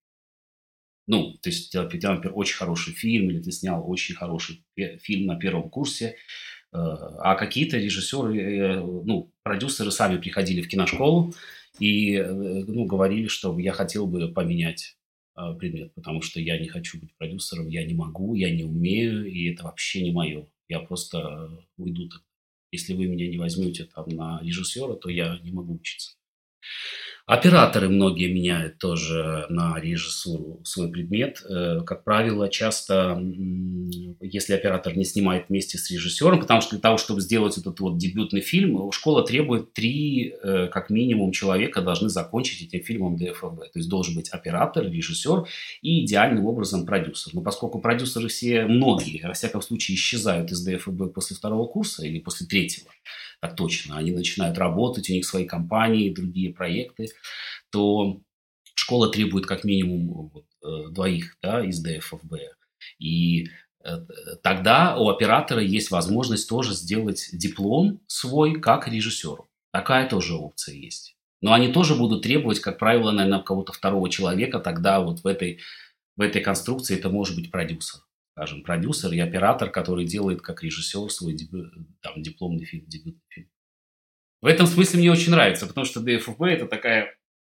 То есть, у тебя, например, очень хороший фильм, или ты снял очень хороший фильм на первом курсе, а какие-то режиссеры, продюсеры сами приходили в киношколу и говорили, что я хотел бы поменять предмет, потому что я не хочу быть продюсером, я не могу, я не умею, и это вообще не мое. Я просто уйду. Если вы меня не возьмете там на режиссера, то я не могу учиться. Операторы многие меняют тоже на режиссуру свой предмет. Как правило, часто, если оператор не снимает вместе с режиссером, потому что для того, чтобы сделать этот вот дебютный фильм, школа требует 3, как минимум, человека должны закончить этим фильмом ДФФБ. То есть должен быть оператор, режиссер и идеальным образом продюсер. Но поскольку продюсеры многие, во всяком случае, исчезают из ДФФБ после 2-го курса или после 3-го, так точно, они начинают работать, у них свои компании, другие проекты, то школа требует как минимум 2 из ДФФБ. И тогда у оператора есть возможность тоже сделать диплом свой как режиссеру. Такая тоже опция есть. Но они тоже будут требовать, как правило, наверное, кого-то 2-го человека. Тогда вот в этой конструкции это может быть продюсер. Скажем, продюсер и оператор, который делает как режиссер свой дипломный фильм, дебютный фильм. В этом смысле мне очень нравится, потому что ДФФБ это такая,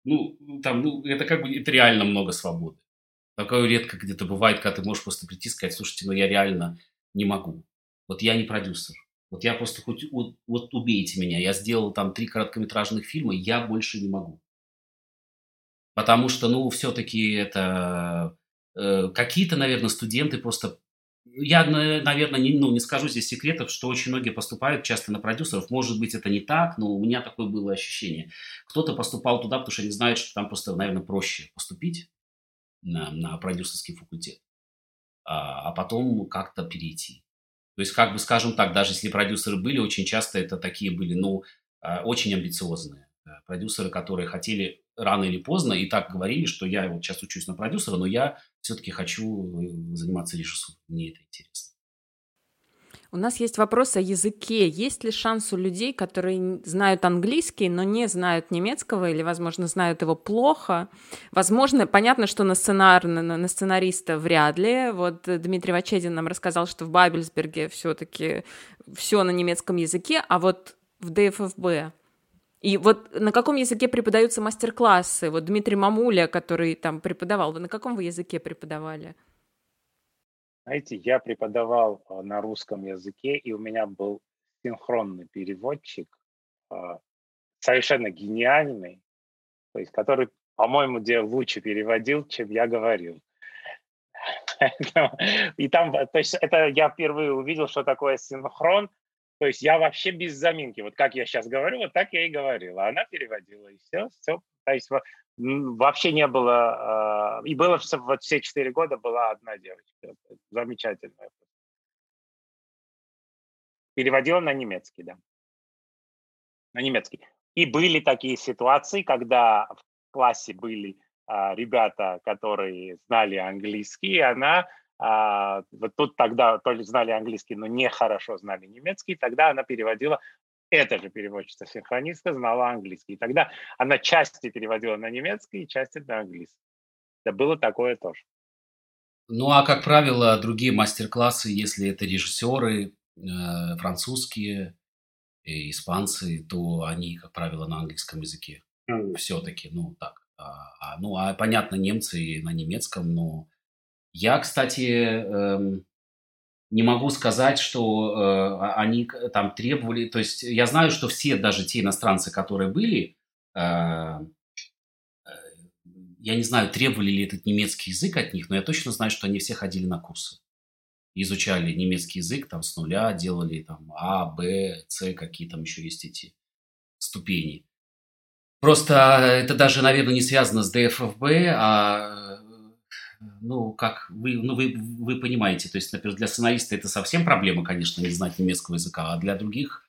это как бы это реально много свободы. Такое редко где-то бывает, когда ты можешь просто прийти и сказать, слушайте, я реально не могу. Вот я не продюсер. Вот я просто вот убейте меня. Я сделал там 3 короткометражных фильма, я больше не могу. Потому что, все-таки это... Какие-то, наверное, студенты просто... Я, наверное, не скажу здесь секретов, что очень многие поступают часто на продюсеров. Может быть, это не так, но у меня такое было ощущение. Кто-то поступал туда, потому что они знают, что там просто, наверное, проще поступить на продюсерский факультет, а потом как-то перейти. То есть, как бы, скажем так, даже если продюсеры были, очень часто это такие были, очень амбициозные продюсеры, которые хотели рано или поздно и так говорили, что я вот сейчас учусь на продюсера, но я все-таки хочу заниматься режиссурой. Мне это интересно. У нас есть вопрос о языке. Есть ли шанс у людей, которые знают английский, но не знают немецкого или, возможно, знают его плохо? Возможно, понятно, что на сценариста вряд ли. Вот Дмитрий Вачедин нам рассказал, что в Бабельсберге все-таки все на немецком языке, а вот в ДФФБ И вот на каком языке преподаются мастер-классы? Вот Дмитрий Мамуля, который там преподавал, вы на каком вы языке преподавали? Знаете, я преподавал на русском языке, и у меня был синхронный переводчик, совершенно гениальный, то есть который, по-моему, лучше переводил, чем я говорил. И там, то есть это я впервые увидел, что такое синхрон. То есть я вообще без заминки. Вот как я сейчас говорю, вот так я и говорил. А она переводила, и все. То есть вообще не было... И было вот все 4 года была одна девочка. Замечательная. Переводила на немецкий, да. На немецкий. И были такие ситуации, когда в классе были ребята, которые знали английский, и она вот тут тогда то ли знали английский, но не хорошо знали немецкий, тогда она переводила, эта же переводчица-синхронистка знала английский. И тогда она части переводила на немецкий, части на английский. Да было такое тоже. Ну, а как правило, другие мастер-классы, если это режиссеры французские, испанцы, то они, как правило, на английском языке. Все-таки, ну, так. Понятно, немцы на немецком, но я, кстати, не могу сказать, что они там требовали, то есть я знаю, что все, даже те иностранцы, которые были, я не знаю, требовали ли этот немецкий язык от них, но я точно знаю, что они все ходили на курсы, изучали немецкий язык там с нуля, делали там А, Б, С, какие там еще есть эти ступени. Просто это даже, наверное, не связано с ДФФБ, как вы понимаете, то есть, например, для сценариста это совсем проблема, конечно, не знать немецкого языка, а для других,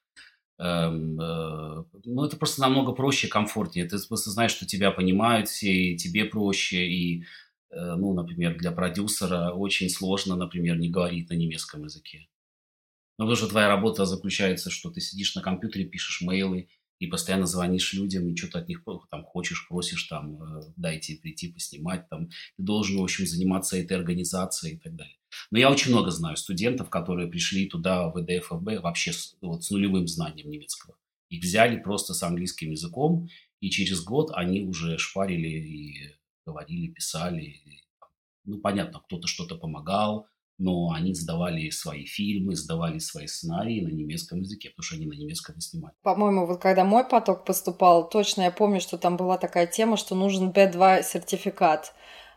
это просто намного проще, комфортнее. Ты просто знаешь, что тебя понимают все, и тебе проще, и, например, для продюсера очень сложно, например, не говорить на немецком языке. Потому что твоя работа заключается, что ты сидишь на компьютере, пишешь мейлы, и постоянно звонишь людям, и что-то от них там хочешь, просишь, там, дайте прийти поснимать, там, ты должен, в общем, заниматься этой организацией и так далее. Но я очень много знаю студентов, которые пришли туда, в ДФФБ, вообще с нулевым знанием немецкого. Их взяли просто с английским языком, и через год они уже шпарили и говорили, писали. Понятно, кто-то что-то помогал, но они сдавали свои фильмы, сдавали свои сценарии на немецком языке, потому что они на немецком не снимали. По-моему, вот когда мой поток поступал, точно я помню, что там была такая тема, что нужен B2 сертификат.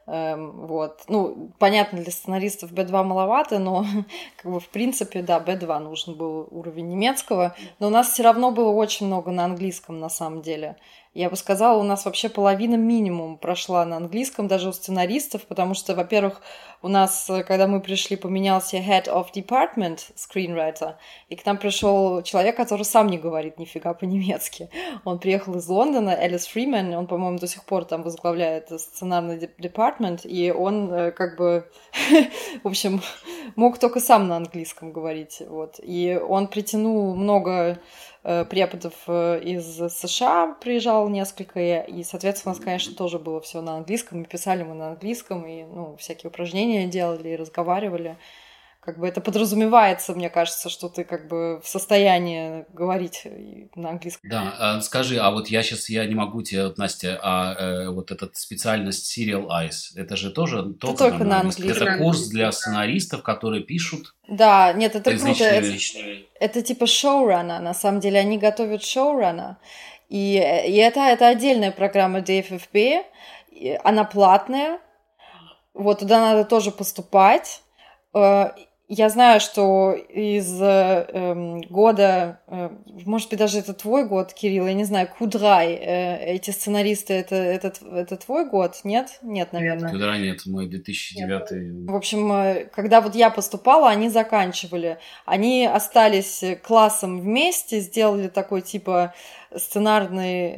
Понятно, для сценаристов B2 маловато, но в принципе, да, B2 нужен был уровень немецкого, но у нас все равно было очень много на английском, на самом деле. Я бы сказала, у нас вообще половина минимум прошла на английском, даже у сценаристов, потому что, во-первых, у нас, когда мы пришли, поменялся Head of Department Screenwriter, и к нам пришел человек, который сам не говорит нифига по-немецки. Он приехал из Лондона, Элис Фримен, он, по-моему, до сих пор там возглавляет сценарный департмент, и он в общем, мог только сам на английском говорить. Вот. И он притянул много преподов из США, приезжал несколько, и, соответственно, у нас, конечно, тоже было все на английском, и писали мы на английском, и, всякие упражнения делали, и разговаривали. Это подразумевается, мне кажется, что ты в состоянии говорить на английском. Да, скажи, а вот я не могу тебе, Настя, вот эта специальность Serial Eyes, это же тоже только на английском? Это курс для сценаристов, которые пишут? Да, нет, это круто. Это типа шоураннер, на самом деле, они готовят шоураннер, и это отдельная программа DFFB, она платная, вот туда надо тоже поступать. Я знаю, что из года, может быть, даже это твой год, Кирилл, я не знаю, Кудрай, эти сценаристы, это твой год? Нет? Нет, наверное. Кудрай нет, мой 2009. В общем, когда вот я поступала, они заканчивали. Они остались классом вместе, сделали такой типа сценарный,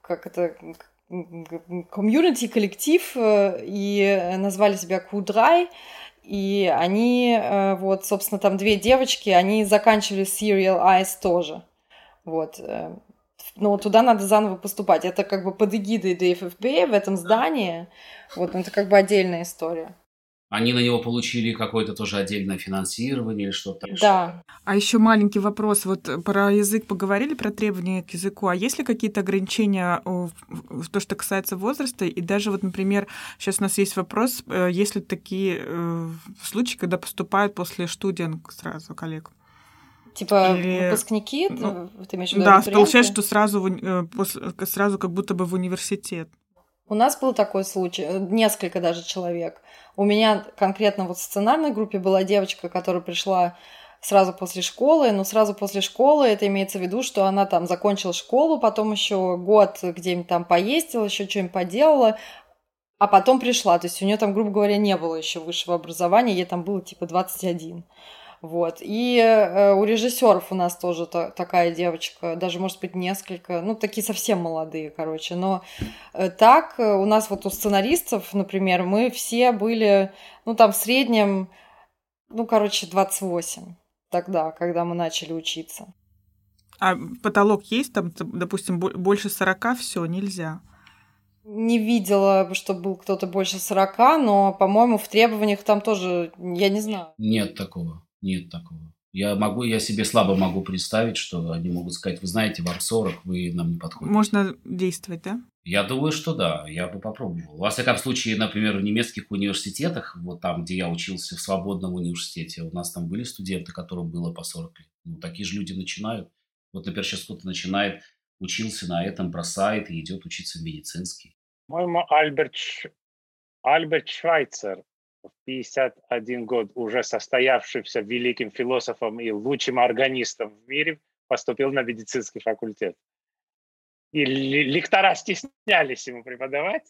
комьюнити, коллектив, и назвали себя Кудрай. И они, собственно, там 2 девочки, они заканчивали Serial Eyes тоже. Вот. Но туда надо заново поступать. Это под эгидой DFFB в этом здании. Вот, это отдельная история. Они на него получили какое-то тоже отдельное финансирование или что-то? Да. А еще маленький вопрос. Вот про язык поговорили, про требования к языку. А есть ли какие-то ограничения в то, что касается возраста? И даже вот, например, сейчас у нас есть вопрос, есть ли такие случаи, когда поступают после студент сразу коллег? Типа Или- выпускники, ну, ты имеешь в виду Да, абитуриенты? получается, что сразу как будто бы в университет. У нас был такой случай, несколько даже человек. У меня конкретно вот в сценарной группе была девочка, которая пришла сразу после школы, но сразу после школы это имеется в виду, что она там закончила школу, потом еще год где-нибудь там поездила, еще что-нибудь поделала, а потом пришла. То есть у нее там, грубо говоря, не было еще высшего образования, ей там было типа 21. Вот. И у режиссеров у нас тоже такая девочка, даже, может быть, несколько, ну, такие совсем молодые, короче. Но так у нас вот у сценаристов, например, мы все были, ну, там в среднем, ну, короче, 28 тогда, когда мы начали учиться. А потолок есть там, допустим, больше 40, все, нельзя. Не видела, что был кто-то больше 40, но, по-моему, в требованиях там тоже, я не знаю. Нет такого. Нет такого. Я себе слабо могу представить, что они могут сказать, вы знаете, вам 40, вы нам не подходите. Можно действовать, да? Я думаю, что да, я бы попробовал. Во всяком случае, например, в немецких университетах, вот там, где я учился в свободном университете, у нас там были студенты, которым было по 40 лет. Ну, такие же люди начинают. Вот, например, сейчас кто-то начинает, учился на этом, бросает и идет учиться в медицинский. По-моему, Альберт Швайцер в 51 год, уже состоявшийся великим философом и лучшим органистом в мире, поступил на медицинский факультет. И лектора стеснялись ему преподавать.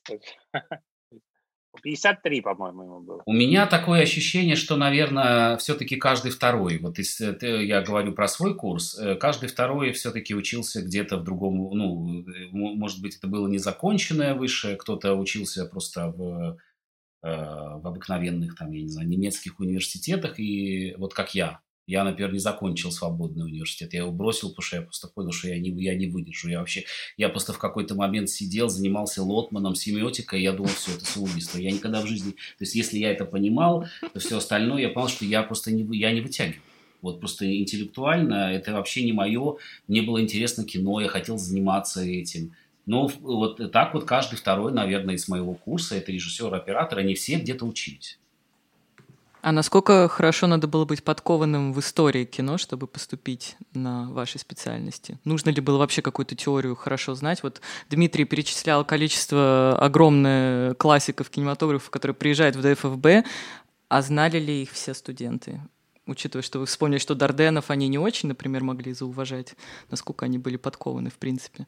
53, по-моему, ему было. У меня такое ощущение, что, наверное, все-таки каждый второй, вот если я говорю про свой курс, каждый второй все-таки учился где-то в другом, ну, может быть, это было незаконченное высшее, кто-то учился просто в обыкновенных, там, я не знаю, немецких университетах, и вот как я, например, не закончил свободный университет, я его бросил, потому что я просто понял, что я не выдержу, я просто в какой-то момент сидел, занимался лотманом, семиотикой, и я думал, все, это самоубийство, я никогда в жизни, то есть если я это понимал, то все остальное, я понял, что я просто не вытягиваю. Вот просто интеллектуально это вообще не мое, мне было интересно кино, я хотел заниматься этим. Но вот так вот каждый второй, наверное, из моего курса, это режиссер, оператор, они все где-то учились. А насколько хорошо надо было быть подкованным в истории кино, чтобы поступить на вашей специальности? Нужно ли было вообще какую-то теорию хорошо знать? Вот Дмитрий перечислял количество огромное классиков кинематографа, которые приезжают в ДФФБ, а знали ли их все студенты? Учитывая, что вы вспомнили, что Дарденов они не очень, например, могли зауважать, насколько они были подкованы в принципе.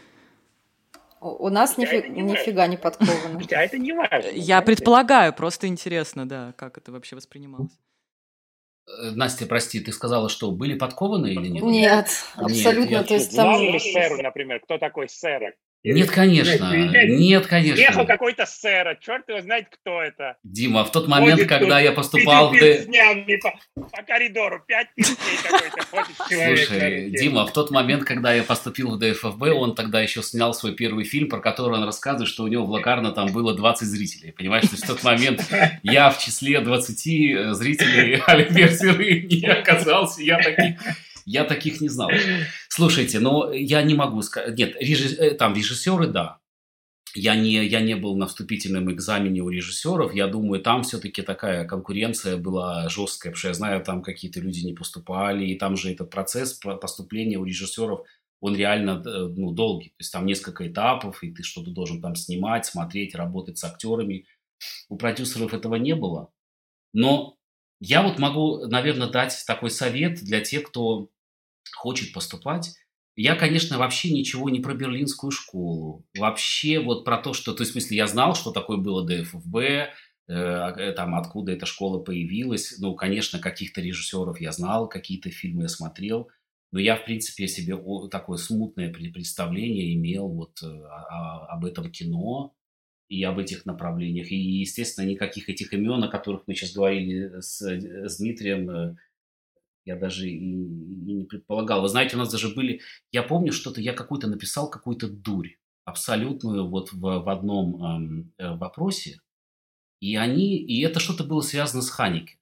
У нас нифига не подковано. А это не важно. Я предполагаю, просто интересно, да, как это вообще воспринималось. Настя, прости, ты сказала, что были подкованы или нет? Нет, абсолютно. То есть там... Знал ли Сэру, например, кто такой Сэра? Нет, конечно. Приехал какой-то Сэра, черт его знает, кто это. Дима, в тот момент, когда я поступал в по коридору, 5 песней какой-то ходит человек. Слушай, Дима, в тот момент, когда я поступил в ДФФБ, он тогда еще снял свой первый фильм, про который он рассказывает, что у него в Локарно там было 20 зрителей. Понимаешь, то есть в тот момент я в числе 20 зрителей Альберт не оказался, я таких не знал. Слушайте, но я не могу сказать... Нет, там режиссеры, да. Я не был на вступительном экзамене у режиссеров. Я думаю, там все-таки такая конкуренция была жесткая, потому что я знаю, там какие-то люди не поступали, и там же этот процесс поступления у режиссеров, он реально долгий. То есть там несколько этапов, и ты что-то должен там снимать, смотреть, работать с актерами. У продюсеров этого не было. Но я вот могу, наверное, дать такой совет для тех, кто хочет поступать. Я, конечно, вообще ничего не про Берлинскую школу. Вообще вот про то, что... То есть, в смысле, я знал, что такое было ДФФБ, там, откуда эта школа появилась. Ну, конечно, каких-то режиссеров я знал, какие-то фильмы я смотрел. Но я, в принципе, себе такое смутное представление имел вот об этом кино и об этих направлениях. И, естественно, никаких этих имен, о которых мы сейчас говорили с Дмитрием, я даже и не предполагал. Вы знаете, у нас даже были... Я помню, что-то я какую-то написал, какую-то дурь абсолютную вот в одном вопросе. И это что-то было связано с Ханеке.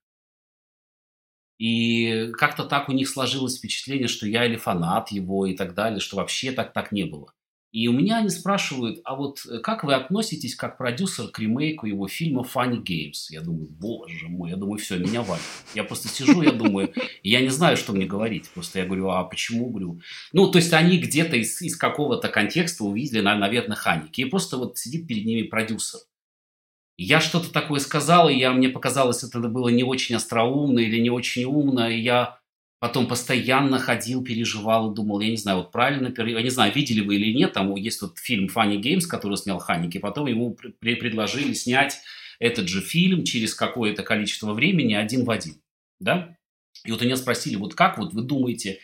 И как-то так у них сложилось впечатление, что я или фанат его и так далее, что вообще так не было. И у меня они спрашивают, а вот как вы относитесь как продюсер к ремейку его фильма Funny Games? Я думаю, боже мой, я думаю, все, меня валят. Я просто сижу, я думаю, я не знаю, что мне говорить. Просто я говорю, а почему? Говорю, ну, то есть они где-то из какого-то контекста увидели, наверное, Ханеке. И просто вот сидит перед ними продюсер. Я что-то такое сказал, и мне показалось, это было не очень остроумно или не очень умно, и я потом постоянно ходил, переживал, думал, я не знаю, вот правильно, я не знаю, видели вы или нет, там есть вот фильм Funny Games, который снял Ханеке, потом ему предложили снять этот же фильм через какое-то количество времени один в один, да? И вот меня спросили, вот как вот вы думаете,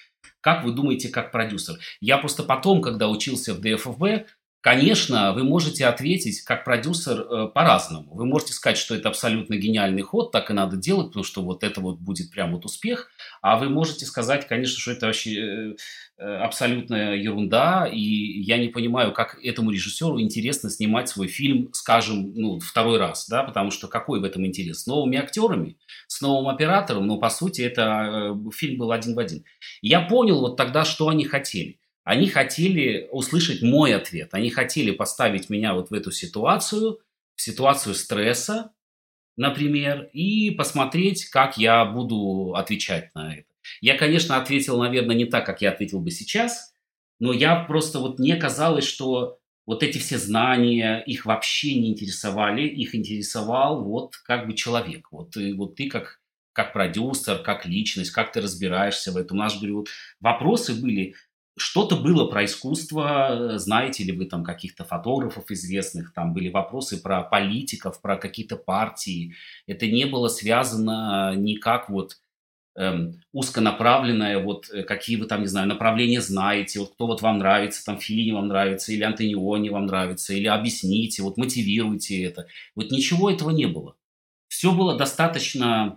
как продюсер? Я просто потом, когда учился в ДФФБ, конечно, вы можете ответить как продюсер по-разному. Вы можете сказать, что это абсолютно гениальный ход, так и надо делать, потому что вот это вот будет прям вот успех. А вы можете сказать, конечно, что это вообще абсолютная ерунда, и я не понимаю, как этому режиссеру интересно снимать свой фильм, скажем, второй раз, да, потому что какой в этом интерес? С новыми актерами, с новым оператором, но по сути это фильм был один в один. Я понял вот тогда, что они хотели. Они хотели услышать мой ответ. Они хотели поставить меня вот в эту ситуацию, в ситуацию стресса, например, и посмотреть, как я буду отвечать на это. Я, конечно, ответил, наверное, не так, как я ответил бы сейчас, но я просто вот мне казалось, что вот эти все знания их вообще не интересовали, их интересовал вот как бы человек. Вот ты как продюсер, как личность, как ты разбираешься в этом. У нас, говорю, вот вопросы были... Что-то было про искусство, знаете ли вы там каких-то фотографов известных, там были вопросы про политиков, про какие-то партии. Это не было связано никак вот узконаправленное, вот какие вы там, не знаю, направления знаете, вот кто вот вам нравится, там Феллини вам нравится, или Антониони вам нравится, или объясните, вот мотивируйте это. Вот ничего этого не было. Все было достаточно...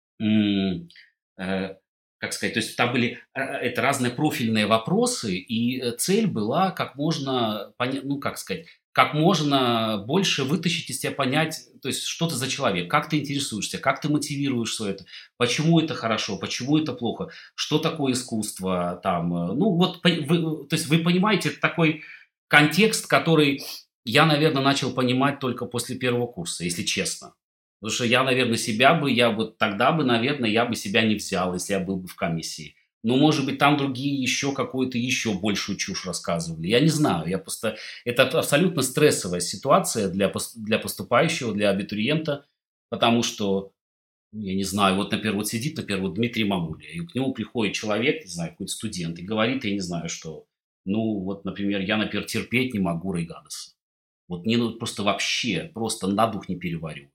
как сказать, то есть там были разные профильные вопросы, и цель была как можно, как можно больше вытащить из тебя, понять, то есть что ты за человек, как ты интересуешься, как ты мотивируешь все это, почему это хорошо, почему это плохо, что такое искусство, там, то есть вы понимаете, это такой контекст, который я, наверное, начал понимать только после первого курса, если честно. Потому что я, наверное, наверное, я бы себя не взял, если я был бы в комиссии. Но, может быть, там другие еще еще большую чушь рассказывали. Я не знаю. Это абсолютно стрессовая ситуация для поступающего, для абитуриента, потому что, я не знаю, вот, например, вот сидит, например, вот Дмитрий Мамуля, и к нему приходит человек, не знаю, какой-то студент, и говорит, я не знаю, что, например, я, например, терпеть не могу Рейгадеса. Вот мне просто вообще, просто на дух не переварю.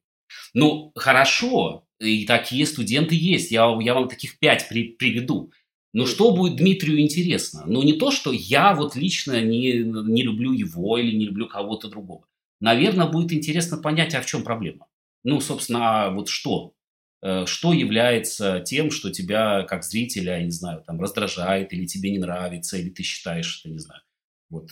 Хорошо, и такие студенты есть, я вам таких 5 приведу. Но что будет Дмитрию интересно? Не то, что я вот лично не люблю его или не люблю кого-то другого. Наверное, будет интересно понять, а в чем проблема. Собственно, вот что? Что является тем, что тебя как зрителя, я не знаю, там раздражает, или тебе не нравится, или ты считаешь, что, не знаю. Вот,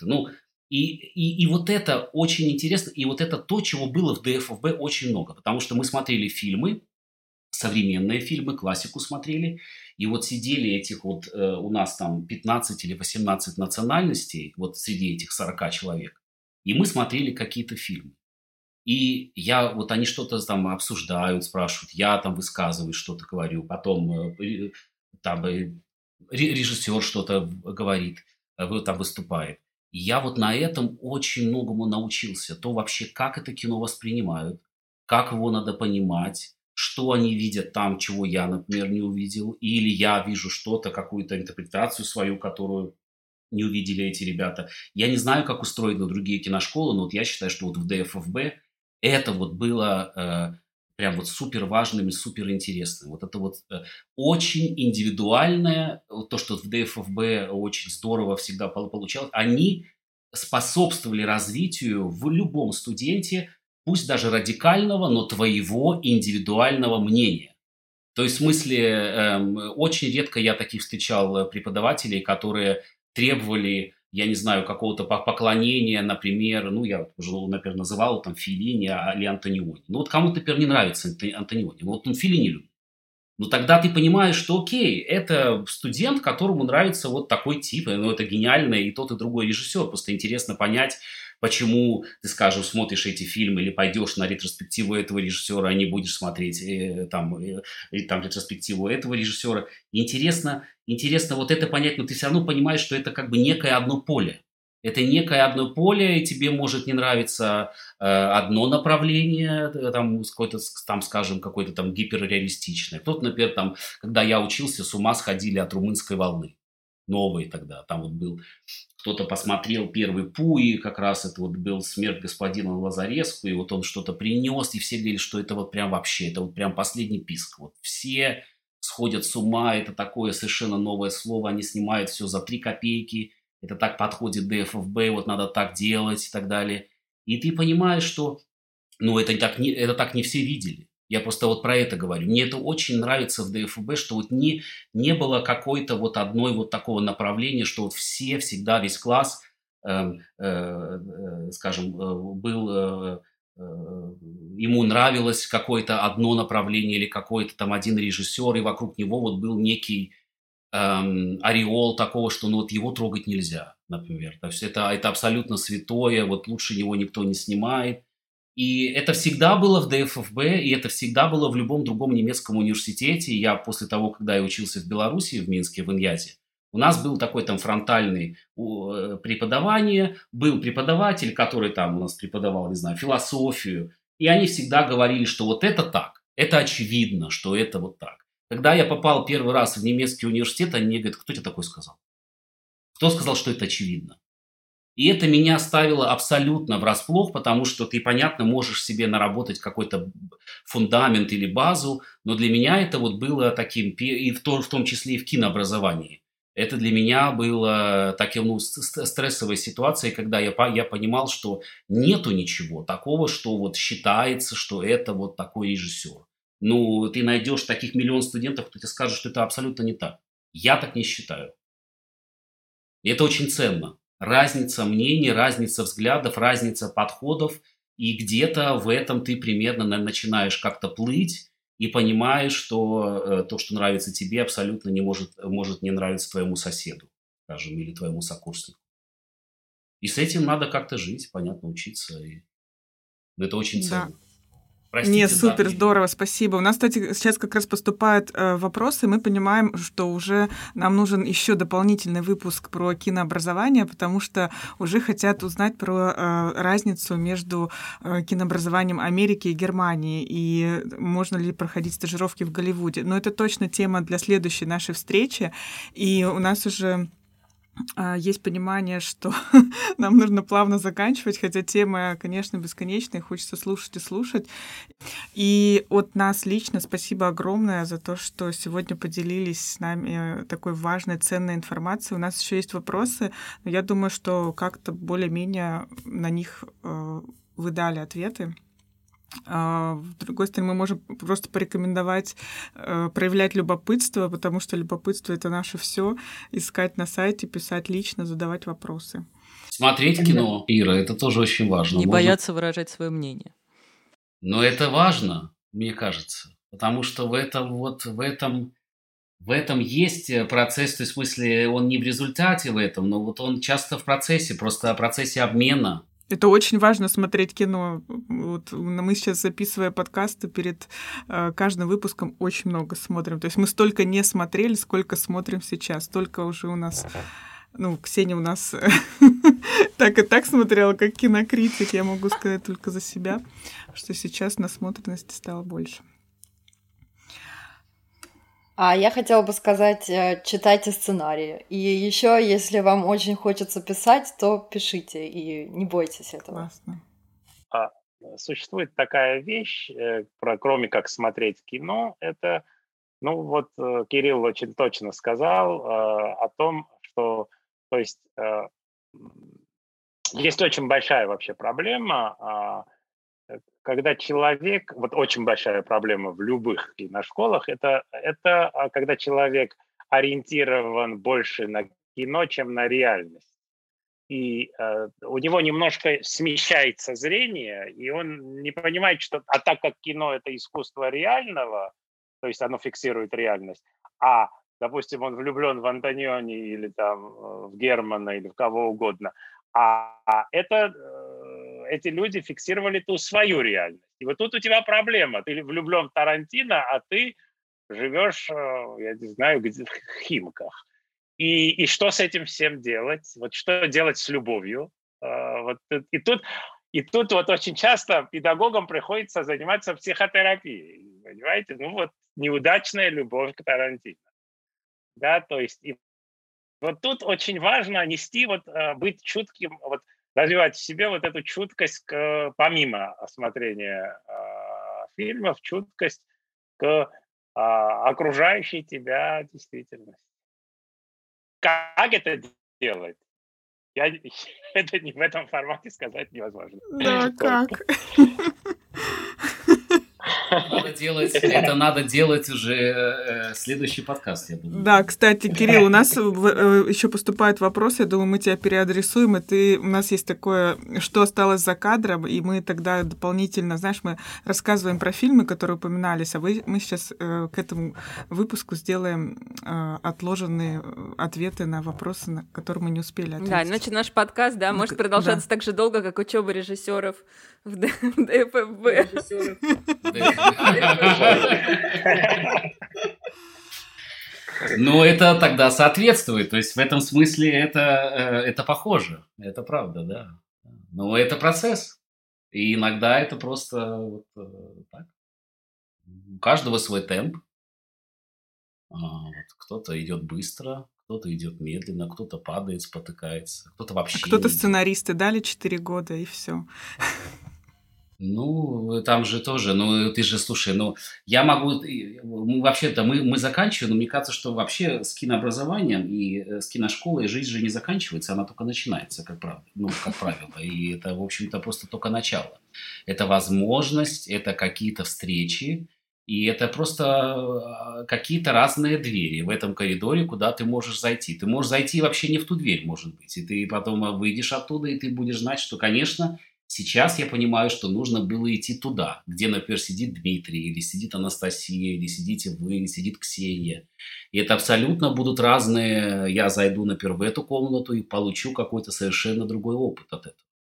И вот это очень интересно, и вот это то, чего было в ДФФБ очень много, потому что мы смотрели фильмы, современные фильмы, классику смотрели, и вот сидели этих вот, у нас там 15 или 18 национальностей, вот среди этих 40 человек, и мы смотрели какие-то фильмы. И они что-то там обсуждают, спрашивают, я там высказываю, что-то говорю, потом там режиссер что-то говорит, там выступает. И я вот на этом очень многому научился. То вообще, как это кино воспринимают, как его надо понимать, что они видят там, чего я, например, не увидел. Или я вижу что-то, какую-то интерпретацию свою, которую не увидели эти ребята. Я не знаю, как устроены другие киношколы, но вот я считаю, что вот в ДФФБ это вот было прям вот супер важным и супер интересным. Вот это вот очень индивидуальное, то, что в ДФФБ очень здорово всегда получалось, они способствовали развитию в любом студенте, пусть даже радикального, но твоего индивидуального мнения. То есть, в смысле, очень редко я таких встречал преподавателей, которые требовали я не знаю, какого-то поклонения, например, ну, я уже, например, называл там Феллини или Антониони. Ну, вот кому-то, например, не нравится Антониони, но вот он Феллини любит. Ну, тогда ты понимаешь, что окей, это студент, которому нравится вот такой тип, ну, это гениальный и тот, и другой режиссер. Просто интересно понять, почему ты, скажем, смотришь эти фильмы или пойдешь на ретроспективу этого режиссера, а не будешь смотреть там ретроспективу этого режиссера. Интересно вот это понять, но ты все равно понимаешь, что это как бы некое одно поле. Это некое одно поле, и тебе может не нравиться одно направление, там, какое-то, там, скажем, какое-то там гиперреалистичное. Кто-то, например, там, когда я учился, с ума сходили от румынской волны. Новой тогда. Там вот был, кто-то посмотрел первый Пуи, как раз это вот был «Смерть господина Лазареску», и вот он что-то принес, и все говорили, что это вот прям вообще, это вот прям последний писк. Вот все сходят с ума, это такое совершенно новое слово, они снимают все за 3 копейки, это так подходит ДФФБ, вот надо так делать и так далее. И ты понимаешь, что ну, это так не все видели. Я просто вот про это говорю. Мне это очень нравится в ДФБ, что вот не было какой-то вот одной вот такого направления, что вот все всегда, весь класс, скажем, был, ему нравилось какое-то одно направление или какой-то там один режиссер, и вокруг него вот был некий ореол такого, что ну вот его трогать нельзя, например. То есть это абсолютно святое, вот лучше его никто не снимает. И это всегда было в ДФФБ, и это всегда было в любом другом немецком университете. Я после того, когда я учился в Беларуси, в Минске, в Иньязе, у нас был такой там фронтальный преподавание, был преподаватель, который там у нас преподавал, не знаю, философию, и они всегда говорили, что вот это так, это очевидно, что это вот так. Когда я попал первый раз в немецкий университет, они мне говорят, кто тебе такое сказал? Кто сказал, что это очевидно? И это меня ставило абсолютно врасплох, потому что ты, понятно, можешь себе наработать какой-то фундамент или базу, но для меня это вот было таким, и в том числе и в кинообразовании. Это для меня было таким, стрессовой ситуацией, когда я понимал, что нету ничего такого, что вот считается, что это вот такой режиссер. Ну, ты найдешь таких миллион студентов, кто тебе скажет, что это абсолютно не так. Я так не считаю. И это очень ценно. Разница мнений, разница взглядов, разница подходов. И где-то в этом ты примерно начинаешь как-то плыть и понимаешь, что то, что нравится тебе, абсолютно не может не нравиться твоему соседу, скажем, или твоему сокурснику. И с этим надо как-то жить, понятно, учиться. И это очень ценно. Да. Простите, Не, супер, здорово, спасибо. У нас, кстати, сейчас как раз поступают вопросы, мы понимаем, что уже нам нужен еще дополнительный выпуск про кинообразование, потому что уже хотят узнать про разницу между кинообразованием Америки и Германии, и можно ли проходить стажировки в Голливуде. Но это точно тема для следующей нашей встречи, и у нас уже есть понимание, что нам нужно плавно заканчивать, хотя тема, конечно, бесконечная, хочется слушать и слушать. И от нас лично спасибо огромное за то, что сегодня поделились с нами такой важной, ценной информацией. У нас еще есть вопросы, но я думаю, что как-то более-менее на них вы дали ответы. С другой стороны, мы можем просто порекомендовать проявлять любопытство, потому что любопытство — это наше все. Искать на сайте, писать лично, задавать вопросы. Смотреть кино, Ира, это тоже очень важно. Не бояться выражать свое мнение. Но это важно, мне кажется, потому что в этом есть процесс, то есть в смысле он не в результате в этом, но вот он часто в процессе, просто в процессе обмена. Это очень важно смотреть кино. Вот мы сейчас, записывая подкасты, перед каждым выпуском очень много смотрим. То есть мы столько не смотрели, сколько смотрим сейчас. Столько уже у нас... Ну, Ксения у нас так и так смотрела, как кинокритик. Я могу сказать только за себя, что сейчас насмотренности стало больше. А я хотела бы сказать, читайте сценарии. И еще, если вам очень хочется писать, то пишите, и не бойтесь этого. Классно. Существует такая вещь, кроме как смотреть кино, это, ну вот Кирилл очень точно сказал о том, что, то есть, есть очень большая вообще проблема, когда человек, вот очень большая проблема в любых киношколах, это когда человек ориентирован больше на кино, чем на реальность. и у него немножко смещается зрение, и он не понимает, что... А так как кино — это искусство реального, то есть оно фиксирует реальность, а, допустим, он влюблен в Антониони или там в Германа или в кого угодно, эти люди фиксировали ту свою реальность. И вот тут у тебя проблема. Ты влюблен в Тарантино, а ты живешь, я не знаю, где, в Химках. И что с этим всем делать? Вот что делать с любовью? Вот, и тут вот очень часто педагогам приходится заниматься психотерапией. Понимаете? Ну вот неудачная любовь к Тарантино. Да, то есть и вот тут очень важно нести, быть чутким, развивать в себе вот эту чуткость помимо осмотрения фильмов, чуткость к окружающей тебя действительности. Как это делать? Это не в этом формате сказать невозможно. Да, как? Это надо делать уже следующий подкаст, я думаю. Да, кстати, Кирилл, у нас еще поступает вопрос, я думаю, мы тебя переадресуем, и у нас есть такое, что осталось за кадром, и мы тогда дополнительно, знаешь, мы рассказываем про фильмы, которые упоминались, а мы сейчас к этому выпуску сделаем отложенные ответы на вопросы, на которые мы не успели ответить. Да, иначе наш подкаст, может продолжаться так же долго, как учеба режиссеров в ДФФБ. Но это тогда соответствует, то есть в этом смысле это похоже, это правда, да. Но это процесс, и иногда это просто так. У каждого свой темп. Кто-то идет быстро, кто-то идет медленно, кто-то падает, спотыкается, кто-то вообще. Кто-то сценаристы дали 4 года, и все. Ну, там же тоже, ты же, слушай, я могу, вообще-то мы заканчиваем, но мне кажется, что вообще с кинообразованием и с киношколой жизнь же не заканчивается, она только начинается, как правило, и это, в общем-то, просто только начало. Это возможность, это какие-то встречи, и это просто какие-то разные двери в этом коридоре, куда ты можешь зайти. Ты можешь зайти вообще не в ту дверь, может быть, и ты потом выйдешь оттуда, и ты будешь знать, что, конечно, сейчас я понимаю, что нужно было идти туда, где, например, сидит Дмитрий, или сидит Анастасия, или сидите вы, или сидит Ксения. И это абсолютно будут разные... Я зайду, например, в эту комнату и получу какой-то совершенно другой опыт от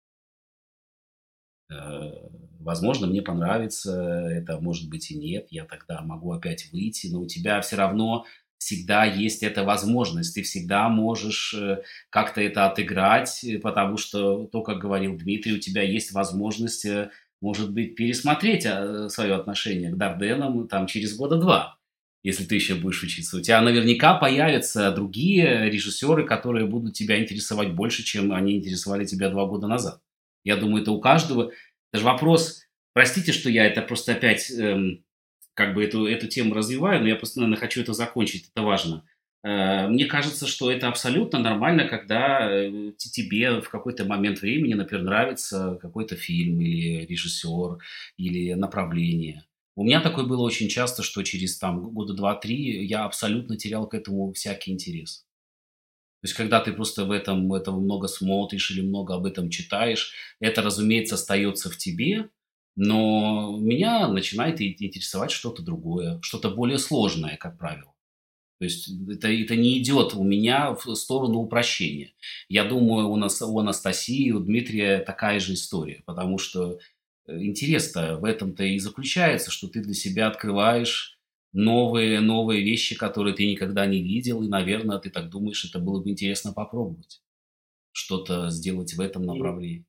этого. Возможно, мне понравится, это может быть и нет, я тогда могу опять выйти, но у тебя все равно всегда есть эта возможность, ты всегда можешь как-то это отыграть, потому что, как говорил Дмитрий, у тебя есть возможность, может быть, пересмотреть свое отношение к Дарденам через года 2, если ты еще будешь учиться. У тебя наверняка появятся другие режиссеры, которые будут тебя интересовать больше, чем они интересовали тебя 2 года назад. Я думаю, это у каждого... Даже вопрос, простите, что я это просто опять эту тему развиваю, но я просто, наверное, хочу это закончить, это важно. Мне кажется, что это абсолютно нормально, когда тебе в какой-то момент времени, например, нравится какой-то фильм или режиссер, или направление. У меня такое было очень часто, что через года 2-3 я абсолютно терял к этому всякий интерес. То есть, когда ты просто в этом много смотришь или много об этом читаешь, это, разумеется, остается в тебе, но меня начинает интересовать что-то другое, что-то более сложное, как правило. То есть, это не идет у меня в сторону упрощения. Я думаю, у Анастасии, у Дмитрия такая же история, потому что интерес-то в этом-то и заключается, что ты для себя открываешь новые вещи, которые ты никогда не видел, и, наверное, ты так думаешь, это было бы интересно попробовать, что-то сделать в этом направлении.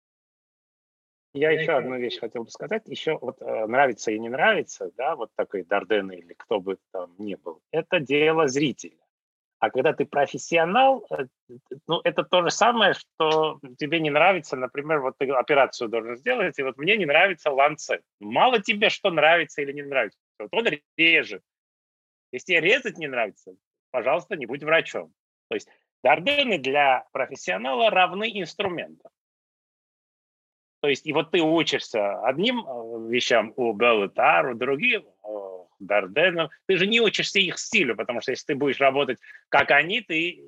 Я еще одну вещь хотел бы сказать. Еще нравится и не нравится, да, такой Дарден или кто бы там ни был, это дело зрителя. А когда ты профессионал, это то же самое, что тебе не нравится, например, ты операцию должен сделать, и мне не нравится ланцет. Мало тебе, что нравится или не нравится. Он режет. Если тебе резать не нравится, пожалуйста, не будь врачом. То есть Дардены для профессионала равны инструментам. То есть и ты учишься одним вещам у Беллатар, у других Дарденов. Ты же не учишься их стилю, потому что если ты будешь работать как они, ты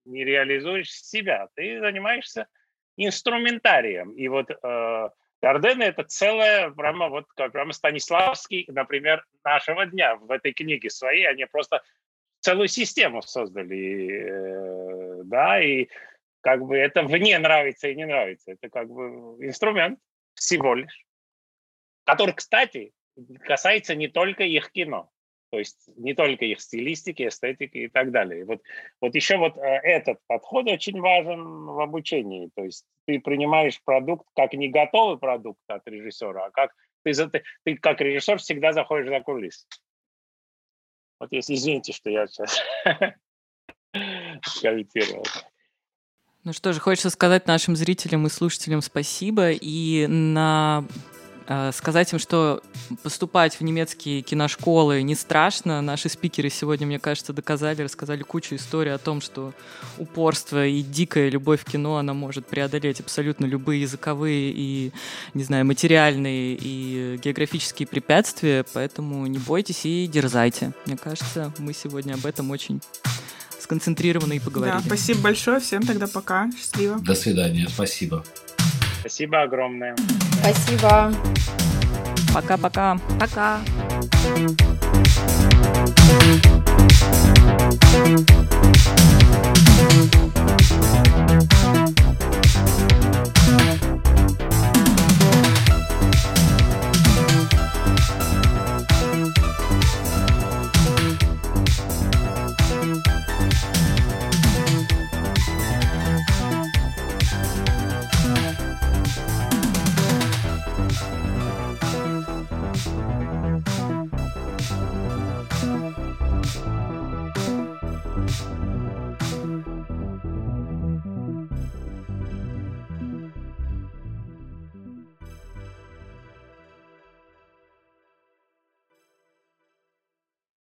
не реализуешь себя, ты занимаешься инструментарием. И вот Дардenne — это целое, прямо Станиславский, например, нашего дня в этой книге своей, они просто целую систему создали, да, и как бы это мне нравится и не нравится. Это как бы инструмент всего лишь, который, кстати, касается не только их кино, то есть не только их стилистики, эстетики и так далее. Вот еще вот этот подход очень важен в обучении. То есть ты принимаешь продукт как не готовый продукт от режиссера, а как ты как режиссер всегда заходишь за кулисы. Вот если извините, что я сейчас комментировал. Ну что же, хочется сказать нашим зрителям и слушателям спасибо и сказать им, что поступать в немецкие киношколы не страшно. Наши спикеры сегодня, мне кажется, рассказали кучу историй о том, что упорство и дикая любовь к кино, она может преодолеть абсолютно любые языковые и, не знаю, материальные и географические препятствия, поэтому не бойтесь и дерзайте. Мне кажется, мы сегодня об этом очень сконцентрированно и поговорили. Да, спасибо большое. Всем тогда пока. Счастливо. До свидания. Спасибо. Спасибо огромное. Спасибо. Пока-пока. Пока. Пока.